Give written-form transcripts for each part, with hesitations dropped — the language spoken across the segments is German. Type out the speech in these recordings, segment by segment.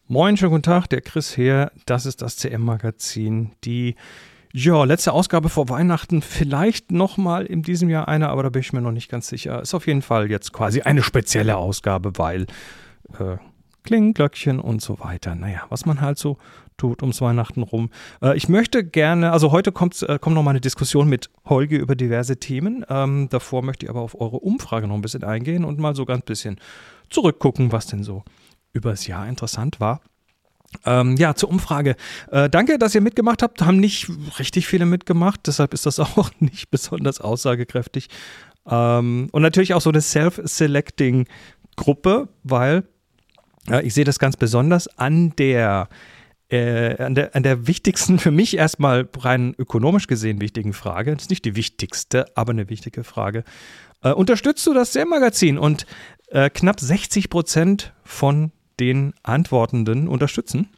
Moin, schönen guten Tag, der Chris hier. Das ist das CM-Magazin. Die letzte Ausgabe vor Weihnachten. Vielleicht nochmal in diesem Jahr eine, aber da bin ich mir noch nicht ganz sicher. Ist auf jeden Fall jetzt quasi eine spezielle Ausgabe, weil Klingen, Glöckchen und so weiter. Naja, was man halt so tut ums Weihnachten rum. Ich möchte gerne, also heute kommt nochmal eine Diskussion mit Holger über diverse Themen. Davor möchte ich aber auf eure Umfrage noch ein bisschen eingehen und mal so ganz bisschen zurückgucken, was denn so übers Jahr interessant war. Zur Umfrage. Danke, dass ihr mitgemacht habt. Haben nicht richtig viele mitgemacht, deshalb ist das auch nicht besonders aussagekräftig. Und natürlich auch so eine Self-Selecting-Gruppe, weil ich sehe das ganz besonders an der wichtigsten, für mich erstmal rein ökonomisch gesehen wichtigen Frage. Das ist nicht die wichtigste, aber eine wichtige Frage. Unterstützt du das CM-Magazin? Und knapp 60% von den Antwortenden unterstützen.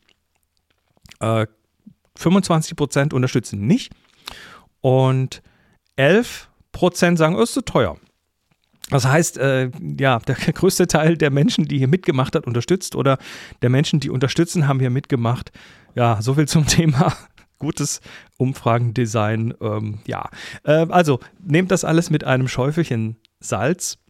25% unterstützen nicht. Und 11% sagen, es ist zu teuer. Das heißt, der größte Teil der Menschen, die hier mitgemacht hat, unterstützt, oder der Menschen, die unterstützen, haben hier mitgemacht. Ja, so viel zum Thema gutes Umfragendesign. Also nehmt das alles mit einem Schäufelchen Salz.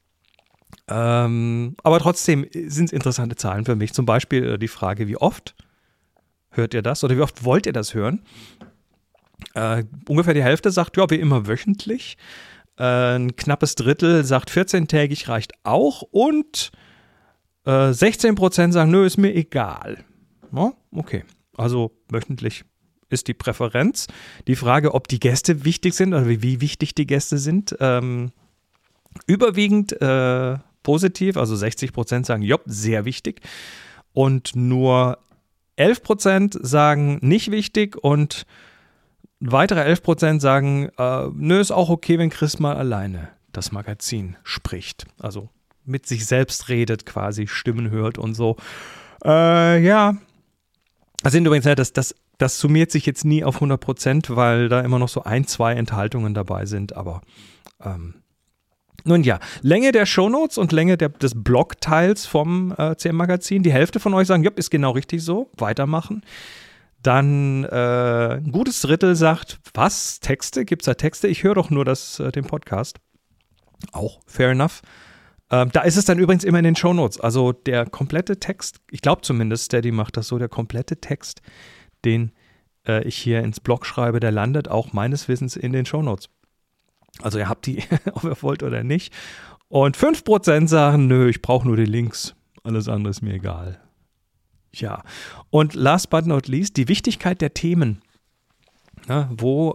Aber trotzdem sind es interessante Zahlen für mich. Zum Beispiel die Frage, wie oft hört ihr das oder wie oft wollt ihr das hören? Ungefähr die Hälfte sagt, ja, wie immer wöchentlich. Ein knappes Drittel sagt, 14-tägig reicht auch. Und 16% sagen, nö, ist mir egal. No? Okay, also wöchentlich ist die Präferenz. Die Frage, ob die Gäste wichtig sind oder wie wichtig die Gäste sind, überwiegend positiv, also 60% sagen, jopp, sehr wichtig. Und nur 11% sagen, nicht wichtig. Und weitere 11% sagen, nö, ist auch okay, wenn Chris mal alleine das Magazin spricht. Also mit sich selbst redet, quasi Stimmen hört und so. Das sind übrigens, das summiert sich jetzt nie auf 100%, weil da immer noch so 1-2 Enthaltungen dabei sind, aber nun ja, Länge der Shownotes und Länge des Blogteils vom CM-Magazin. Die Hälfte von euch sagen, ja, ist genau richtig so, weitermachen. Dann ein gutes Drittel sagt, was, Texte? Gibt es da Texte? Ich höre doch nur den Podcast. Auch fair enough. Da ist es dann übrigens immer in den Shownotes. Also der komplette Text, ich glaube zumindest, Steady macht das so, der komplette Text, den ich hier ins Blog schreibe, der landet auch meines Wissens in den Shownotes. Also ihr habt die, ob ihr wollt oder nicht. Und 5% sagen, nö, ich brauche nur die Links. Alles andere ist mir egal. Ja, und last but not least, die Wichtigkeit der Themen. Ja, wo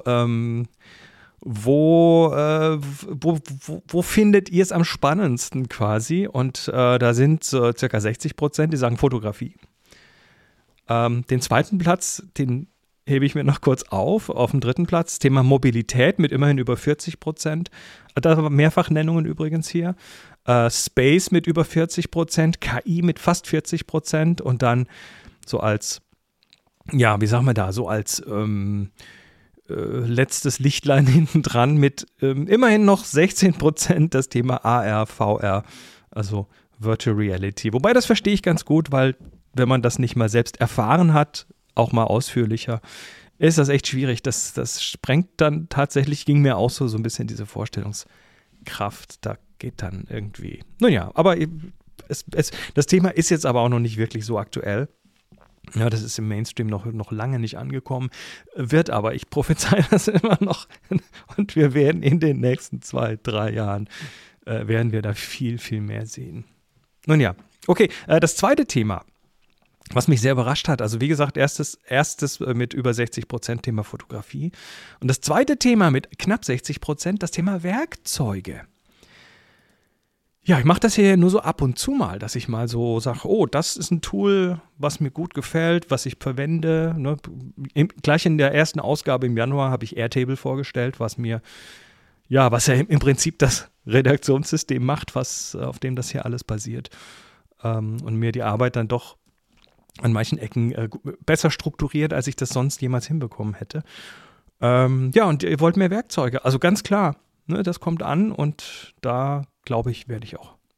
findet ihr es am spannendsten quasi? Und da sind so circa 60%, die sagen Fotografie. Den zweiten Platz, den hebe ich mir noch kurz auf dem dritten Platz, Thema Mobilität mit immerhin über 40%. Da haben wir Mehrfachnennungen übrigens hier. Space mit über 40%, KI mit fast 40% und dann so als, ja, wie sagen wir da, so als letztes Lichtlein hinten dran mit immerhin noch 16% das Thema AR, VR, also Virtual Reality. Wobei, das verstehe ich ganz gut, weil wenn man das nicht mal selbst erfahren hat, auch mal ausführlicher, ist das echt schwierig. Das sprengt dann tatsächlich, ging mir auch so ein bisschen diese Vorstellungskraft. Da geht dann irgendwie, nun ja, aber das Thema ist jetzt aber auch noch nicht wirklich so aktuell. Ja, das ist im Mainstream noch lange nicht angekommen, wird aber, ich prophezei das immer noch und wir werden in den nächsten 2-3 Jahren, werden wir da viel, viel mehr sehen. Nun ja, okay, das zweite Thema, was mich sehr überrascht hat, also wie gesagt, erstes mit über 60% Thema Fotografie und das zweite Thema mit knapp 60%, das Thema Werkzeuge. Ja, ich mache das hier nur so ab und zu mal, dass ich mal so sage, oh, das ist ein Tool, was mir gut gefällt, was ich verwende. Ne? Gleich in der ersten Ausgabe im Januar habe ich Airtable vorgestellt, was ja im Prinzip das Redaktionssystem macht, auf dem das hier alles basiert. Und mir die Arbeit dann doch an manchen Ecken besser strukturiert, als ich das sonst jemals hinbekommen hätte. Und ihr wollt mehr Werkzeuge. Also ganz klar, ne, das kommt an und da, glaube ich, werde ich auch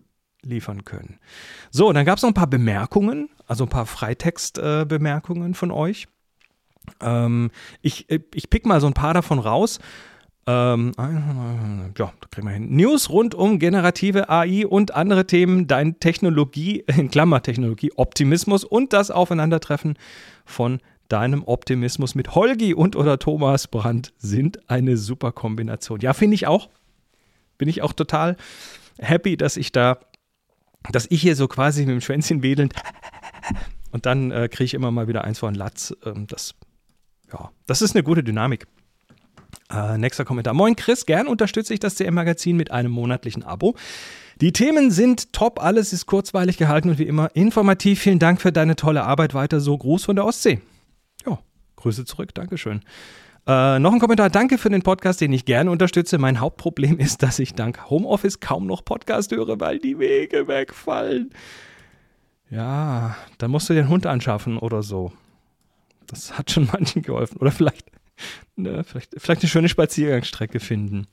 liefern können. So, dann gab es noch ein paar Bemerkungen, also ein paar Freitext-Bemerkungen von euch. Ich pick mal so ein paar davon raus. Ja, da kriegen wir hin. News rund um generative AI und andere Themen, dein Technologie, in Klammer Technologie, Optimismus und das Aufeinandertreffen von deinem Optimismus mit Holgi und oder Thomas Brandt sind eine super Kombination. Ja, finde ich auch. Bin ich auch total happy, dass ich hier so quasi mit dem Schwänzchen wedelnd und dann kriege ich immer mal wieder eins vor den Latz. Das ist eine gute Dynamik. Nächster Kommentar. Moin Chris, gern unterstütze ich das CM-Magazin mit einem monatlichen Abo. Die Themen sind top, alles ist kurzweilig gehalten und wie immer informativ. Vielen Dank für deine tolle Arbeit. Weiter so. Gruß von der Ostsee. Ja, Grüße zurück. Dankeschön. Noch ein Kommentar. Danke für den Podcast, den ich gerne unterstütze. Mein Hauptproblem ist, dass ich dank Homeoffice kaum noch Podcast höre, weil die Wege wegfallen. Ja, dann musst du den Hund anschaffen oder so. Das hat schon manchen geholfen. Oder vielleicht eine schöne Spaziergangsstrecke finden.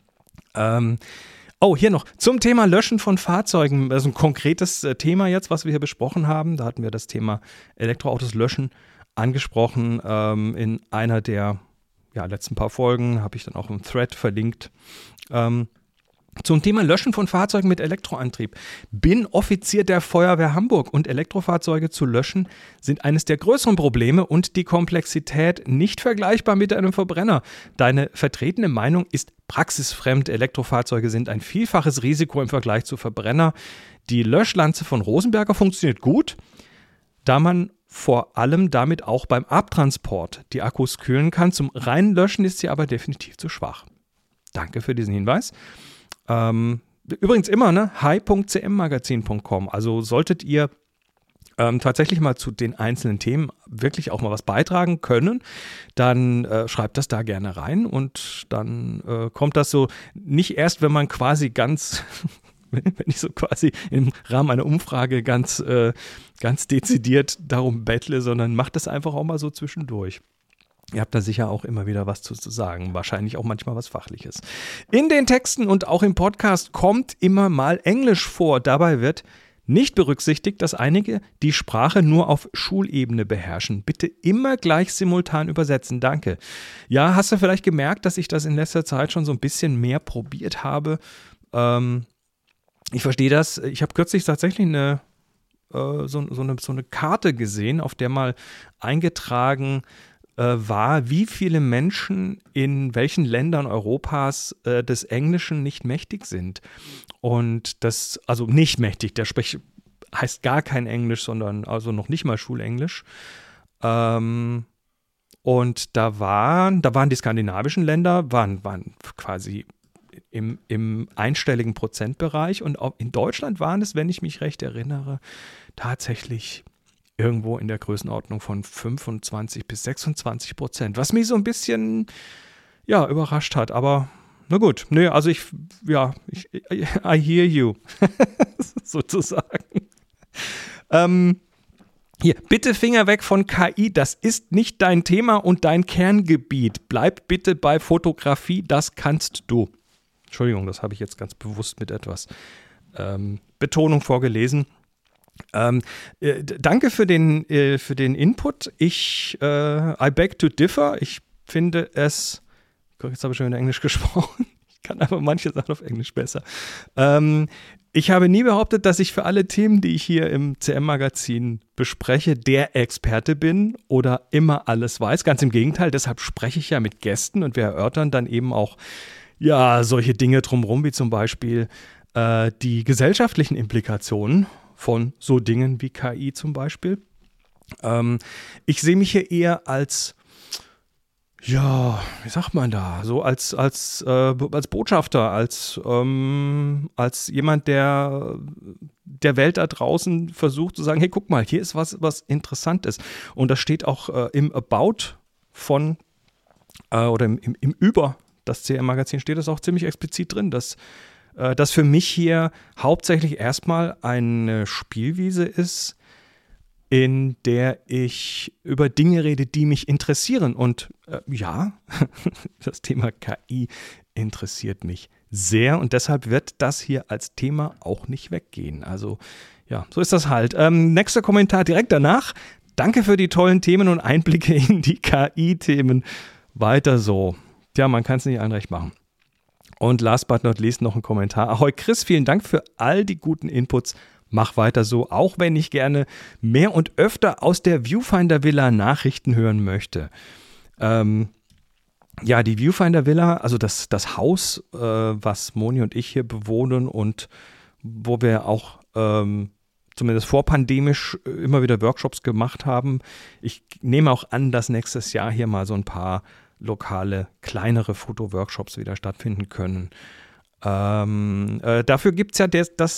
Hier noch zum Thema Löschen von Fahrzeugen. Also ein konkretes Thema jetzt, was wir hier besprochen haben. Da hatten wir das Thema Elektroautos löschen angesprochen. In einer der letzten paar Folgen habe ich dann auch einen Thread verlinkt. Zum Thema Löschen von Fahrzeugen mit Elektroantrieb. Bin Offizier der Feuerwehr Hamburg und Elektrofahrzeuge zu löschen sind eines der größeren Probleme und die Komplexität nicht vergleichbar mit einem Verbrenner. Deine vertretene Meinung ist praxisfremd. Elektrofahrzeuge sind ein vielfaches Risiko im Vergleich zu Verbrenner. Die Löschlanze von Rosenberger funktioniert gut, da man vor allem damit auch beim Abtransport die Akkus kühlen kann. Zum reinen Löschen ist sie aber definitiv zu schwach. Danke für diesen Hinweis. Übrigens immer, hi.cmmagazin.com. Also solltet ihr tatsächlich mal zu den einzelnen Themen wirklich auch mal was beitragen können, dann schreibt das da gerne rein und dann kommt das so nicht erst, wenn man quasi wenn ich so quasi im Rahmen einer Umfrage ganz dezidiert darum bettle, sondern macht das einfach auch mal so zwischendurch. Ihr habt da sicher auch immer wieder was zu sagen, wahrscheinlich auch manchmal was Fachliches. In den Texten und auch im Podcast kommt immer mal Englisch vor. Dabei wird nicht berücksichtigt, dass einige die Sprache nur auf Schulebene beherrschen. Bitte immer gleich simultan übersetzen. Danke. Ja, hast du vielleicht gemerkt, dass ich das in letzter Zeit schon so ein bisschen mehr probiert habe? Ich verstehe das. Ich habe kürzlich tatsächlich eine Karte gesehen, auf der mal eingetragen war, wie viele Menschen in welchen Ländern Europas des Englischen nicht mächtig sind. Und das, also nicht mächtig, der heißt gar kein Englisch, sondern also noch nicht mal Schulenglisch. Und da waren die skandinavischen Länder, waren quasi im einstelligen Prozentbereich und auch in Deutschland waren es, wenn ich mich recht erinnere, tatsächlich irgendwo in der Größenordnung von 25 bis 26%, was mich so ein bisschen, überrascht hat. Aber na gut, also I hear you, sozusagen. Hier, bitte Finger weg von KI, das ist nicht dein Thema und dein Kerngebiet. Bleib bitte bei Fotografie, das kannst du. Entschuldigung, das habe ich jetzt ganz bewusst mit etwas Betonung vorgelesen. Danke für den Input. I beg to differ. Ich finde es, jetzt habe ich schon in Englisch gesprochen. Ich kann aber manche Sachen auf Englisch besser. Ich habe nie behauptet, dass ich für alle Themen, die ich hier im CM-Magazin bespreche, der Experte bin oder immer alles weiß. Ganz im Gegenteil, deshalb spreche ich ja mit Gästen und wir erörtern dann eben auch solche Dinge drumherum, wie zum Beispiel die gesellschaftlichen Implikationen von so Dingen wie KI zum Beispiel. Ich sehe mich hier eher als, wie sagt man da, so als Botschafter, als jemand, der der Welt da draußen versucht zu sagen, hey, guck mal, hier ist was Interessantes. Und das steht auch im About von, oder im Über das CM-Magazin steht das auch ziemlich explizit drin, dass das für mich hier hauptsächlich erstmal eine Spielwiese ist, in der ich über Dinge rede, die mich interessieren. Und das Thema KI interessiert mich sehr und deshalb wird das hier als Thema auch nicht weggehen. Also ja, so ist das halt. Nächster Kommentar direkt danach. Danke für die tollen Themen und Einblicke in die KI-Themen. Weiter so. Tja, man kann es nicht allen recht machen. Und last but not least noch ein Kommentar. Ahoi Chris, vielen Dank für all die guten Inputs. Mach weiter so, auch wenn ich gerne mehr und öfter aus der Viewfinder Villa Nachrichten hören möchte. Ja, die Viewfinder Villa, also das Haus, was Moni und ich hier bewohnen und wo wir auch zumindest vorpandemisch immer wieder Workshops gemacht haben. Ich nehme auch an, dass nächstes Jahr hier mal so ein paar lokale, kleinere Fotoworkshops wieder stattfinden können. Dafür gibt es ja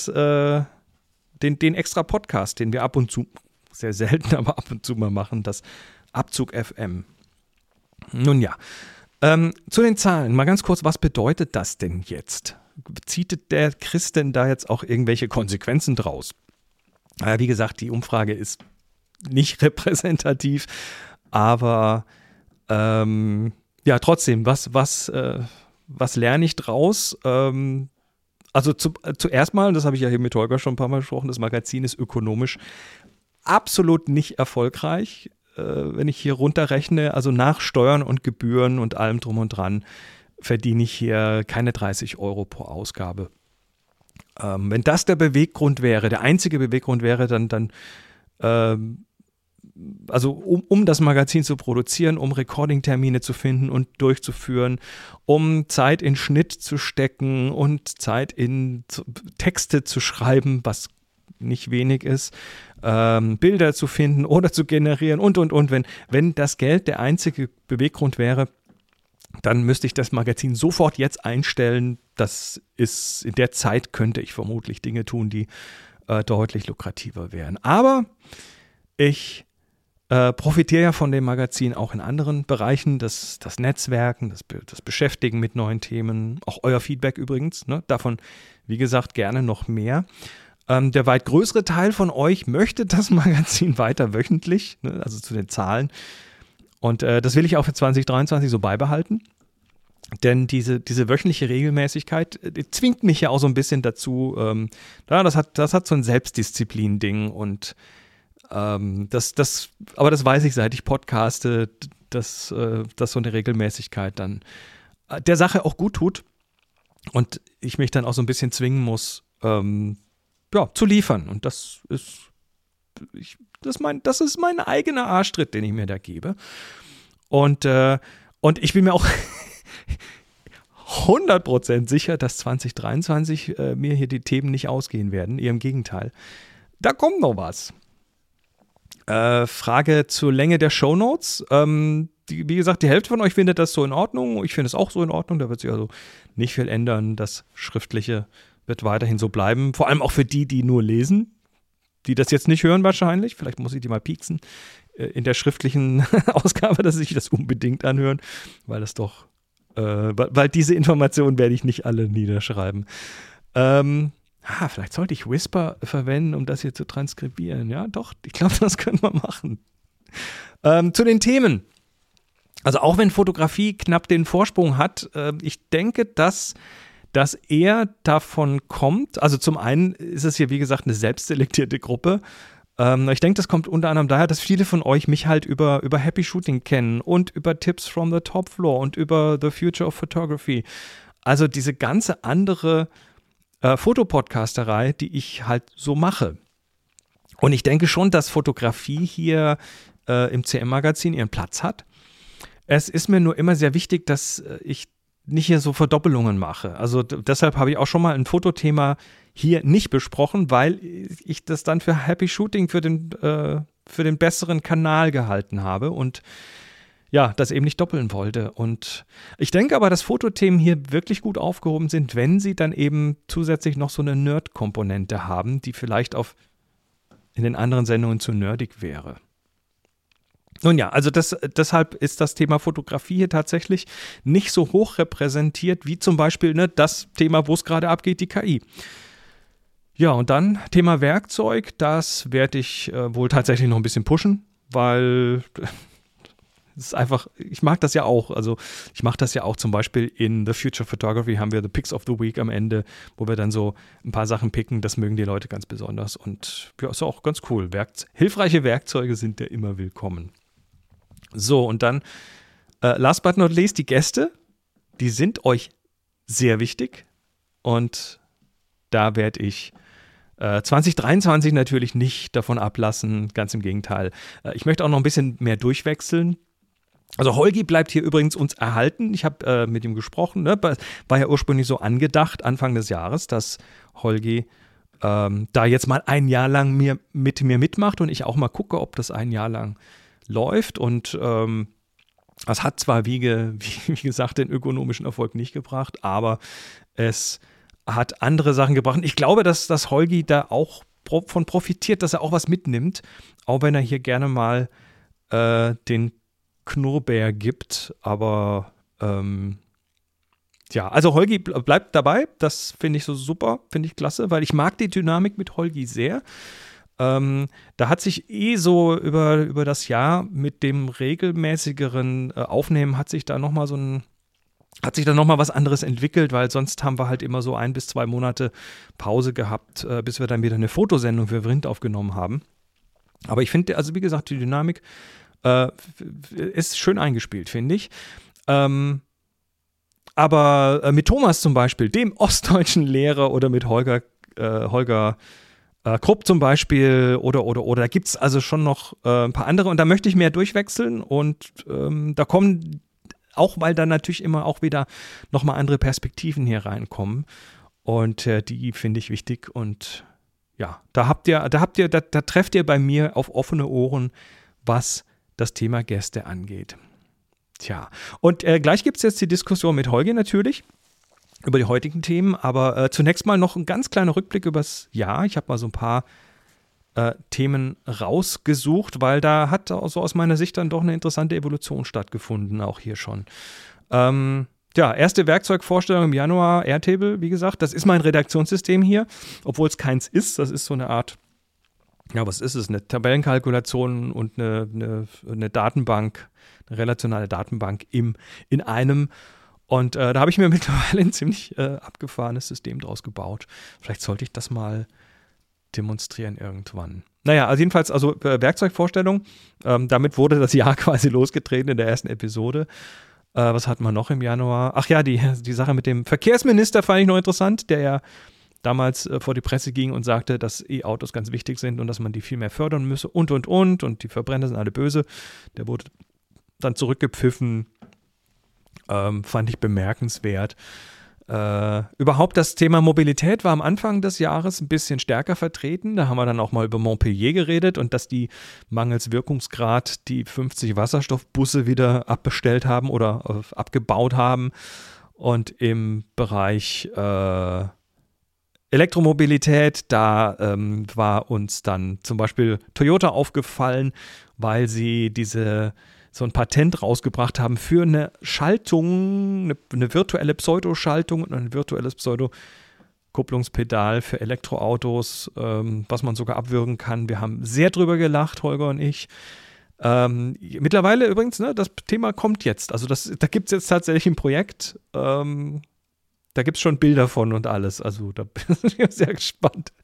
den extra Podcast, den wir ab und zu, sehr selten, aber ab und zu mal machen, das Abzug FM. Nun ja, zu den Zahlen, mal ganz kurz, was bedeutet das denn jetzt? Zieht der Chris denn da jetzt auch irgendwelche Konsequenzen draus? Wie gesagt, die Umfrage ist nicht repräsentativ, aber ja, trotzdem, was lerne ich draus? Also zuerst mal, das habe ich ja hier mit Holger schon ein paar Mal gesprochen, das Magazin ist ökonomisch absolut nicht erfolgreich. Wenn ich hier runterrechne, also nach Steuern und Gebühren und allem drum und dran, verdiene ich hier keine 30 Euro pro Ausgabe. Wenn das der Beweggrund wäre, der einzige Beweggrund wäre, dann also um das Magazin zu produzieren, um Recording-Termine zu finden und durchzuführen, um Zeit in Schnitt zu stecken und Zeit in Texte zu schreiben, was nicht wenig ist, Bilder zu finden oder zu generieren und. Wenn das Geld der einzige Beweggrund wäre, dann müsste ich das Magazin sofort jetzt einstellen. Das ist, in der Zeit könnte ich vermutlich Dinge tun, die deutlich lukrativer wären. Aber ich profitiere ja von dem Magazin auch in anderen Bereichen, das Netzwerken, das Beschäftigen mit neuen Themen, auch euer Feedback übrigens, ne? Davon, wie gesagt, gerne noch mehr. Der weit größere Teil von euch möchte das Magazin weiter wöchentlich, ne? Also zu den Zahlen. Und das will ich auch für 2023 so beibehalten. Denn diese wöchentliche Regelmäßigkeit zwingt mich ja auch so ein bisschen dazu. Das hat so ein Selbstdisziplin-Ding und aber das weiß ich, seit ich podcaste, dass so eine Regelmäßigkeit dann der Sache auch gut tut und ich mich dann auch so ein bisschen zwingen muss, zu liefern. Und das ist mein eigener Arschtritt, den ich mir da gebe. Und ich bin mir auch 100% sicher, dass 2023 mir hier die Themen nicht ausgehen werden. Eher im Gegenteil. Da kommt noch was. Frage zur Länge der Shownotes. Wie gesagt, die Hälfte von euch findet das so in Ordnung. Ich finde es auch so in Ordnung. Da wird sich also nicht viel ändern. Das Schriftliche wird weiterhin so bleiben. Vor allem auch für die nur lesen. Die das jetzt nicht hören wahrscheinlich. Vielleicht muss ich die mal pieksen. In der schriftlichen Ausgabe, dass sie sich das unbedingt anhören. Weil das doch weil diese Informationen werde ich nicht alle niederschreiben. Vielleicht sollte ich Whisper verwenden, um das hier zu transkribieren. Ja, doch, ich glaube, das können wir machen. Zu den Themen. Also auch wenn Fotografie knapp den Vorsprung hat, ich denke, dass das eher davon kommt, also zum einen ist es hier, wie gesagt, eine selbstselektierte Gruppe. Ich denke, das kommt unter anderem daher, dass viele von euch mich halt über Happy Shooting kennen und über Tips from the Top Floor und über The Future of Photography. Also diese ganze andere Fotopodcasterei, die ich halt so mache. Und ich denke schon, dass Fotografie hier im CM-Magazin ihren Platz hat. Es ist mir nur immer sehr wichtig, dass ich nicht hier so Verdoppelungen mache. Also deshalb habe ich auch schon mal ein Fotothema hier nicht besprochen, weil ich das dann für Happy Shooting für den besseren Kanal gehalten habe und ja, das eben nicht doppeln wollte. Und ich denke aber, dass Fotothemen hier wirklich gut aufgehoben sind, wenn sie dann eben zusätzlich noch so eine Nerd-Komponente haben, die vielleicht in den anderen Sendungen zu nerdig wäre. Nun ja, also deshalb ist das Thema Fotografie hier tatsächlich nicht so hoch repräsentiert wie zum Beispiel das Thema, wo es gerade abgeht, die KI. Ja, und dann Thema Werkzeug, das werde ich wohl tatsächlich noch ein bisschen pushen, weil Das ist einfach, ich mag das ja auch. Also ich mache das ja auch zum Beispiel in The Future Photography haben wir The Picks of the Week am Ende, wo wir dann so ein paar Sachen picken. Das mögen die Leute ganz besonders. Und ja, ist auch ganz cool. Hilfreiche Werkzeuge sind ja immer willkommen. So, und dann last but not least, die Gäste, die sind euch sehr wichtig. Und da werde ich 2023 natürlich nicht davon ablassen, ganz im Gegenteil. Ich möchte auch noch ein bisschen mehr durchwechseln. Also Holgi bleibt hier übrigens uns erhalten. Ich habe mit ihm gesprochen. Ne? War ja ursprünglich so angedacht, Anfang des Jahres, dass Holgi da jetzt mal ein Jahr lang mit mir mitmacht und ich auch mal gucke, ob das ein Jahr lang läuft. Und das hat zwar, wie gesagt, den ökonomischen Erfolg nicht gebracht, aber es hat andere Sachen gebracht. Ich glaube, dass Holgi da auch von profitiert, dass er auch was mitnimmt, auch wenn er hier gerne mal den Knurrbär gibt. Aber ja, also Holgi bleibt dabei. Das finde ich so super, finde ich klasse, weil ich mag die Dynamik mit Holgi sehr. Da hat sich so über das Jahr mit dem regelmäßigeren Aufnehmen hat sich da nochmal was anderes entwickelt, weil sonst haben wir halt immer so 1 bis 2 Monate Pause gehabt, bis wir dann wieder eine Fotosendung für Vrind aufgenommen haben. Aber ich finde, also wie gesagt, die Dynamik ist schön eingespielt, finde ich. Aber mit Thomas zum Beispiel, dem ostdeutschen Lehrer, oder mit Holger Krupp zum Beispiel oder da gibt es also schon noch ein paar andere und da möchte ich mehr durchwechseln und da kommen auch, weil dann natürlich immer auch wieder nochmal andere Perspektiven hier reinkommen und die finde ich wichtig und ja, da trefft ihr bei mir auf offene Ohren, was das Thema Gäste angeht. Tja, und gleich gibt es jetzt die Diskussion mit Holger natürlich über die heutigen Themen, aber zunächst mal noch ein ganz kleiner Rückblick übers Jahr. Ich habe mal so ein paar Themen rausgesucht, weil da hat so aus meiner Sicht dann doch eine interessante Evolution stattgefunden, auch hier schon. Ja, erste Werkzeugvorstellung im Januar, Airtable, wie gesagt, das ist mein Redaktionssystem hier, obwohl es keins ist. Das ist so eine Art, ja, was ist es? Eine Tabellenkalkulation und eine Datenbank, eine relationale Datenbank in einem. Und da habe ich mir mittlerweile ein ziemlich abgefahrenes System draus gebaut. Vielleicht sollte ich das mal demonstrieren irgendwann. Naja, also jedenfalls, Werkzeugvorstellung. Damit wurde das Jahr quasi losgetreten in der ersten Episode. Was hatten wir noch im Januar? Ach ja, die Sache mit dem Verkehrsminister fand ich noch interessant, der ja damals vor die Presse ging und sagte, dass E-Autos ganz wichtig sind und dass man die viel mehr fördern müsse und die Verbrenner sind alle böse. Der wurde dann zurückgepfiffen. Fand ich bemerkenswert. Überhaupt das Thema Mobilität war am Anfang des Jahres ein bisschen stärker vertreten. Da haben wir dann auch mal über Montpellier geredet und dass die mangels Wirkungsgrad die 50 Wasserstoffbusse wieder abbestellt haben oder abgebaut haben. Und im Bereich Elektromobilität, da war uns dann zum Beispiel Toyota aufgefallen, weil sie so ein Patent rausgebracht haben für eine Schaltung, eine virtuelle Pseudoschaltung und ein virtuelles Pseudokupplungspedal für Elektroautos, was man sogar abwürgen kann. Wir haben sehr drüber gelacht, Holger und ich. Mittlerweile übrigens, ne, das Thema kommt jetzt. Also da gibt es jetzt tatsächlich ein Projekt, da gibt es schon Bilder von und alles. Also da bin ich sehr gespannt.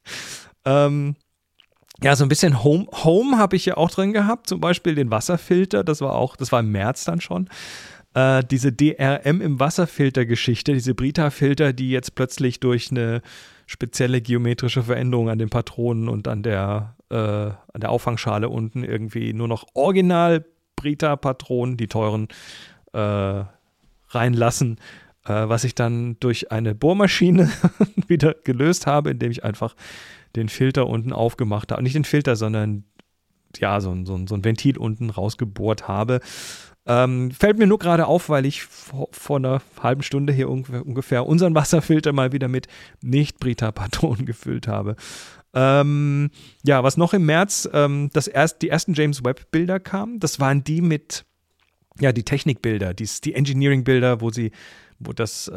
Ja, so ein bisschen Home habe ich ja auch drin gehabt, zum Beispiel den Wasserfilter, das war im März dann schon. Diese DRM im Wasserfilter-Geschichte, diese Brita-Filter, die jetzt plötzlich durch eine spezielle geometrische Veränderung an den Patronen und an der Auffangschale unten irgendwie nur noch original Brita-Patronen, die teuren, reinlassen, was ich dann durch eine Bohrmaschine wieder gelöst habe, indem ich einfach den Filter unten aufgemacht habe. Nicht den Filter, sondern ja, so ein Ventil unten rausgebohrt habe. Fällt mir nur gerade auf, weil ich vor einer halben Stunde hier ungefähr unseren Wasserfilter mal wieder mit Nicht-Brita-Patronen gefüllt habe. Ja, was noch im März, die ersten James Webb-Bilder kamen, das waren die mit, ja, die Technikbilder, die Engineering-Bilder, wo das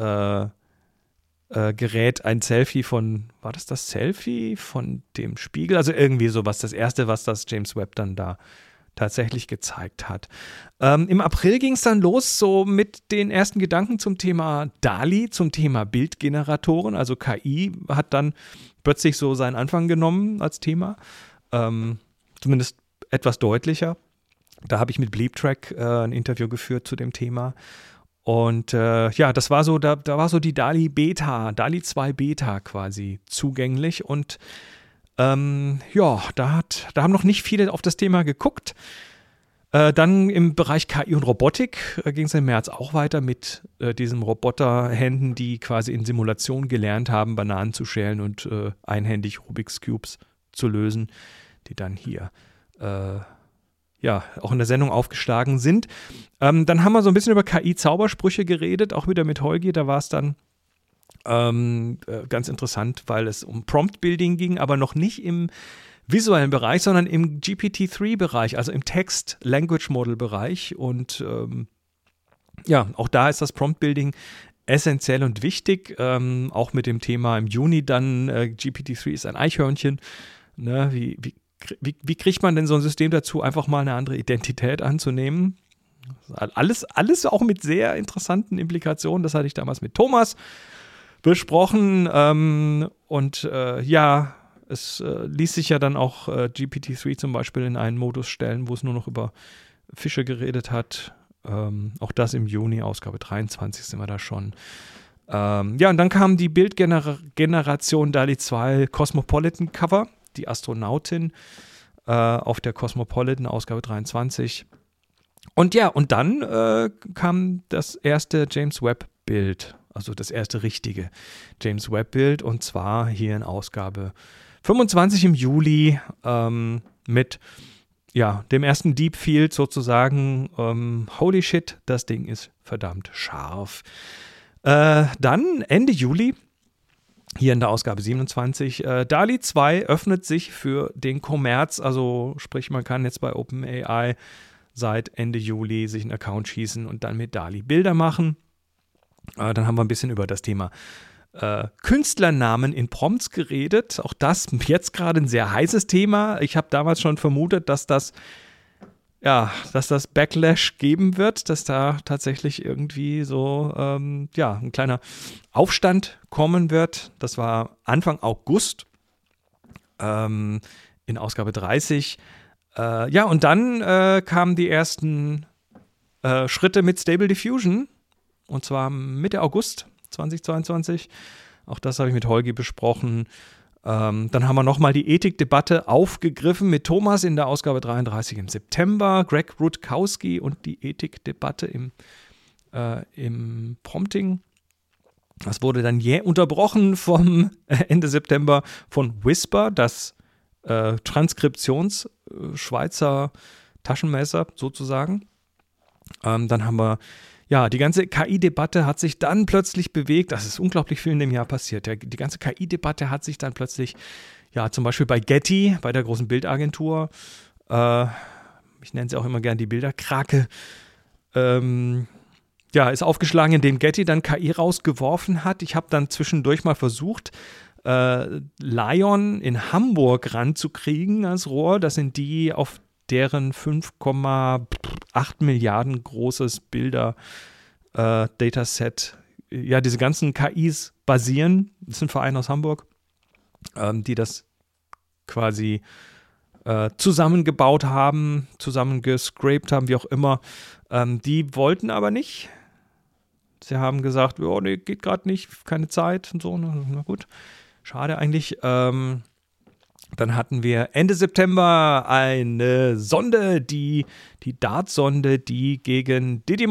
Gerät ein Selfie war das Selfie von dem Spiegel? Also irgendwie sowas, das erste, was das James Webb dann da tatsächlich gezeigt hat. Im April ging es dann los so mit den ersten Gedanken zum Thema DALL-E, zum Thema Bildgeneratoren. Also KI hat dann plötzlich so seinen Anfang genommen als Thema. Zumindest etwas deutlicher. Da habe ich mit Bleeptrack ein Interview geführt zu dem Thema. Und das war so, da war so die DALL-E Beta, DALL-E 2 Beta quasi zugänglich. Und da haben noch nicht viele auf das Thema geguckt. Dann im Bereich KI und Robotik ging es im März auch weiter mit diesen Roboterhänden, die quasi in Simulation gelernt haben, Bananen zu schälen und einhändig Rubik's Cubes zu lösen, die dann hier auch in der Sendung aufgeschlagen sind. Dann haben wir so ein bisschen über KI-Zaubersprüche geredet, auch wieder mit Holgi. Da war es dann ganz interessant, weil es um Prompt-Building ging, aber noch nicht im visuellen Bereich, sondern im GPT-3-Bereich, also im Text-Language-Model-Bereich. Und auch da ist das Prompt-Building essentiell und wichtig. Auch mit dem Thema im Juni dann, GPT-3 ist ein Eichhörnchen. Ne? Wie kriegt man denn so ein System dazu, einfach mal eine andere Identität anzunehmen? Alles auch mit sehr interessanten Implikationen. Das hatte ich damals mit Thomas besprochen. Es ließ sich ja dann auch GPT-3 zum Beispiel in einen Modus stellen, wo es nur noch über Fische geredet hat. Auch das im Juni, Ausgabe 23 sind wir da schon. Und dann kam die Bildgeneration DALL-E 2 Cosmopolitan Cover, die Astronautin auf der Cosmopolitan, Ausgabe 23. Und dann kam das erste James Webb-Bild, also das erste richtige James Webb-Bild, und zwar hier in Ausgabe 25 im Juli mit dem ersten Deep Field sozusagen. Holy shit, das Ding ist verdammt scharf. Dann Ende Juli, hier in der Ausgabe 27, DALL-E 2 öffnet sich für den Kommerz, also sprich, man kann jetzt bei OpenAI seit Ende Juli sich einen Account schießen und dann mit DALL-E Bilder machen. Dann haben wir ein bisschen über das Thema Künstlernamen in Prompts geredet. Auch das jetzt gerade ein sehr heißes Thema. Ich habe damals schon vermutet, dass das Backlash geben wird, dass da tatsächlich irgendwie so ein kleiner Aufstand kommen wird. Das war Anfang August in Ausgabe 30. Und dann kamen die ersten Schritte mit Stable Diffusion, und zwar Mitte August 2022. Auch das habe ich mit Holgi besprochen. Dann haben wir nochmal die Ethikdebatte aufgegriffen mit Thomas in der Ausgabe 33 im September, Greg Rutkowski und die Ethikdebatte im Prompting. Das wurde dann unterbrochen vom Ende September von Whisper, das Transkriptions-Schweizer Taschenmesser sozusagen. Dann haben wir die ganze KI-Debatte hat sich dann plötzlich bewegt. Das ist unglaublich viel in dem Jahr passiert. Die ganze KI-Debatte hat sich dann plötzlich, zum Beispiel bei Getty, bei der großen Bildagentur, ich nenne sie auch immer gern die Bilderkrake, ist aufgeschlagen, indem Getty dann KI rausgeworfen hat. Ich habe dann zwischendurch mal versucht, Lion in Hamburg ranzukriegen als Rohr. Das sind die, auf deren 5,8 Milliarden großes Bilder-Dataset, diese ganzen KIs basieren. Das ist ein Verein aus Hamburg, die das quasi zusammengebaut haben, zusammengescraped haben, wie auch immer. Die wollten aber nicht. Sie haben gesagt, nee, geht gerade nicht, keine Zeit und so. Na gut, schade eigentlich. Dann hatten wir Ende September eine Sonde, die DART-Sonde, die gegen den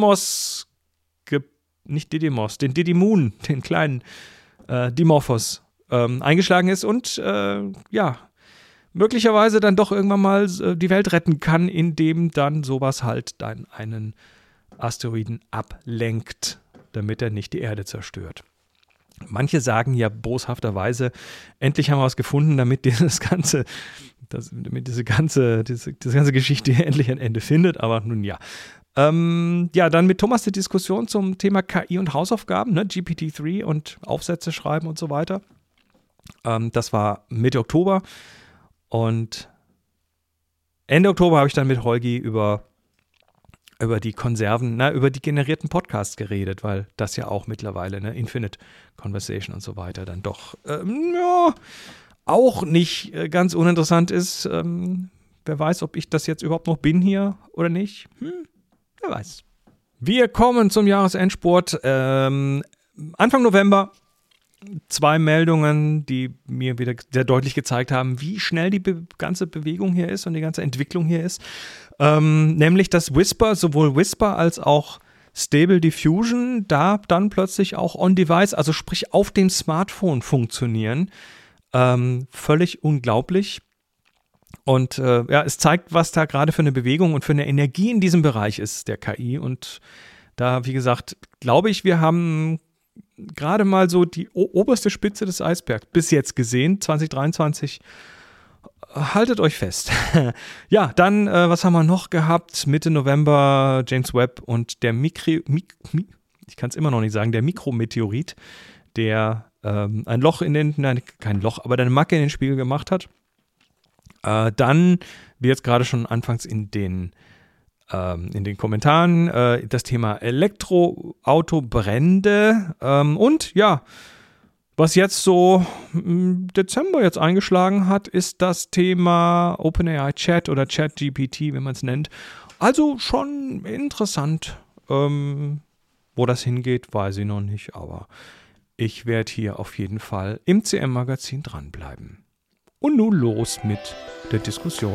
Didymoon, den kleinen Dimorphos, eingeschlagen ist und möglicherweise dann doch irgendwann mal die Welt retten kann, indem dann sowas halt dann einen Asteroiden ablenkt, damit er nicht die Erde zerstört. Manche sagen ja boshafterweise, endlich haben wir was gefunden, damit diese ganze Geschichte endlich ein Ende findet, aber nun ja. Dann mit Thomas die Diskussion zum Thema KI und Hausaufgaben, GPT-3 und Aufsätze schreiben und so weiter. Das war Mitte Oktober und Ende Oktober habe ich dann mit Holgi über die Konserven, über die generierten Podcasts geredet, weil das ja auch mittlerweile, Infinite Conversation und so weiter, dann doch auch nicht ganz uninteressant ist. Wer weiß, ob ich das jetzt überhaupt noch bin hier oder nicht. Wer weiß. Wir kommen zum Jahresendspurt. Anfang November 2 Meldungen, die mir wieder sehr deutlich gezeigt haben, wie schnell die ganze Bewegung hier ist und die ganze Entwicklung hier ist. Nämlich, dass Whisper, sowohl Whisper als auch Stable Diffusion, da dann plötzlich auch on-device, also sprich auf dem Smartphone funktionieren. Völlig unglaublich. Und es zeigt, was da gerade für eine Bewegung und für eine Energie in diesem Bereich ist, der KI. Und da, wie gesagt, glaube ich, wir haben gerade mal so die oberste Spitze des Eisbergs bis jetzt gesehen, 2023. Haltet euch fest. Ja, dann, was haben wir noch gehabt? Mitte November James Webb und der ich kann es immer noch nicht sagen, der Mikrometeorit, der ein Loch kein Loch, aber eine Macke in den Spiegel gemacht hat. Dann, wie jetzt gerade schon anfangs in den Kommentaren, das Thema Elektroautobrände und ja, was jetzt so im Dezember jetzt eingeschlagen hat, ist das Thema OpenAI Chat oder ChatGPT, wie man es nennt. Also schon interessant. Wo das hingeht, weiß ich noch nicht, aber ich werde hier auf jeden Fall im CM-Magazin dranbleiben. Und nun los mit der Diskussion.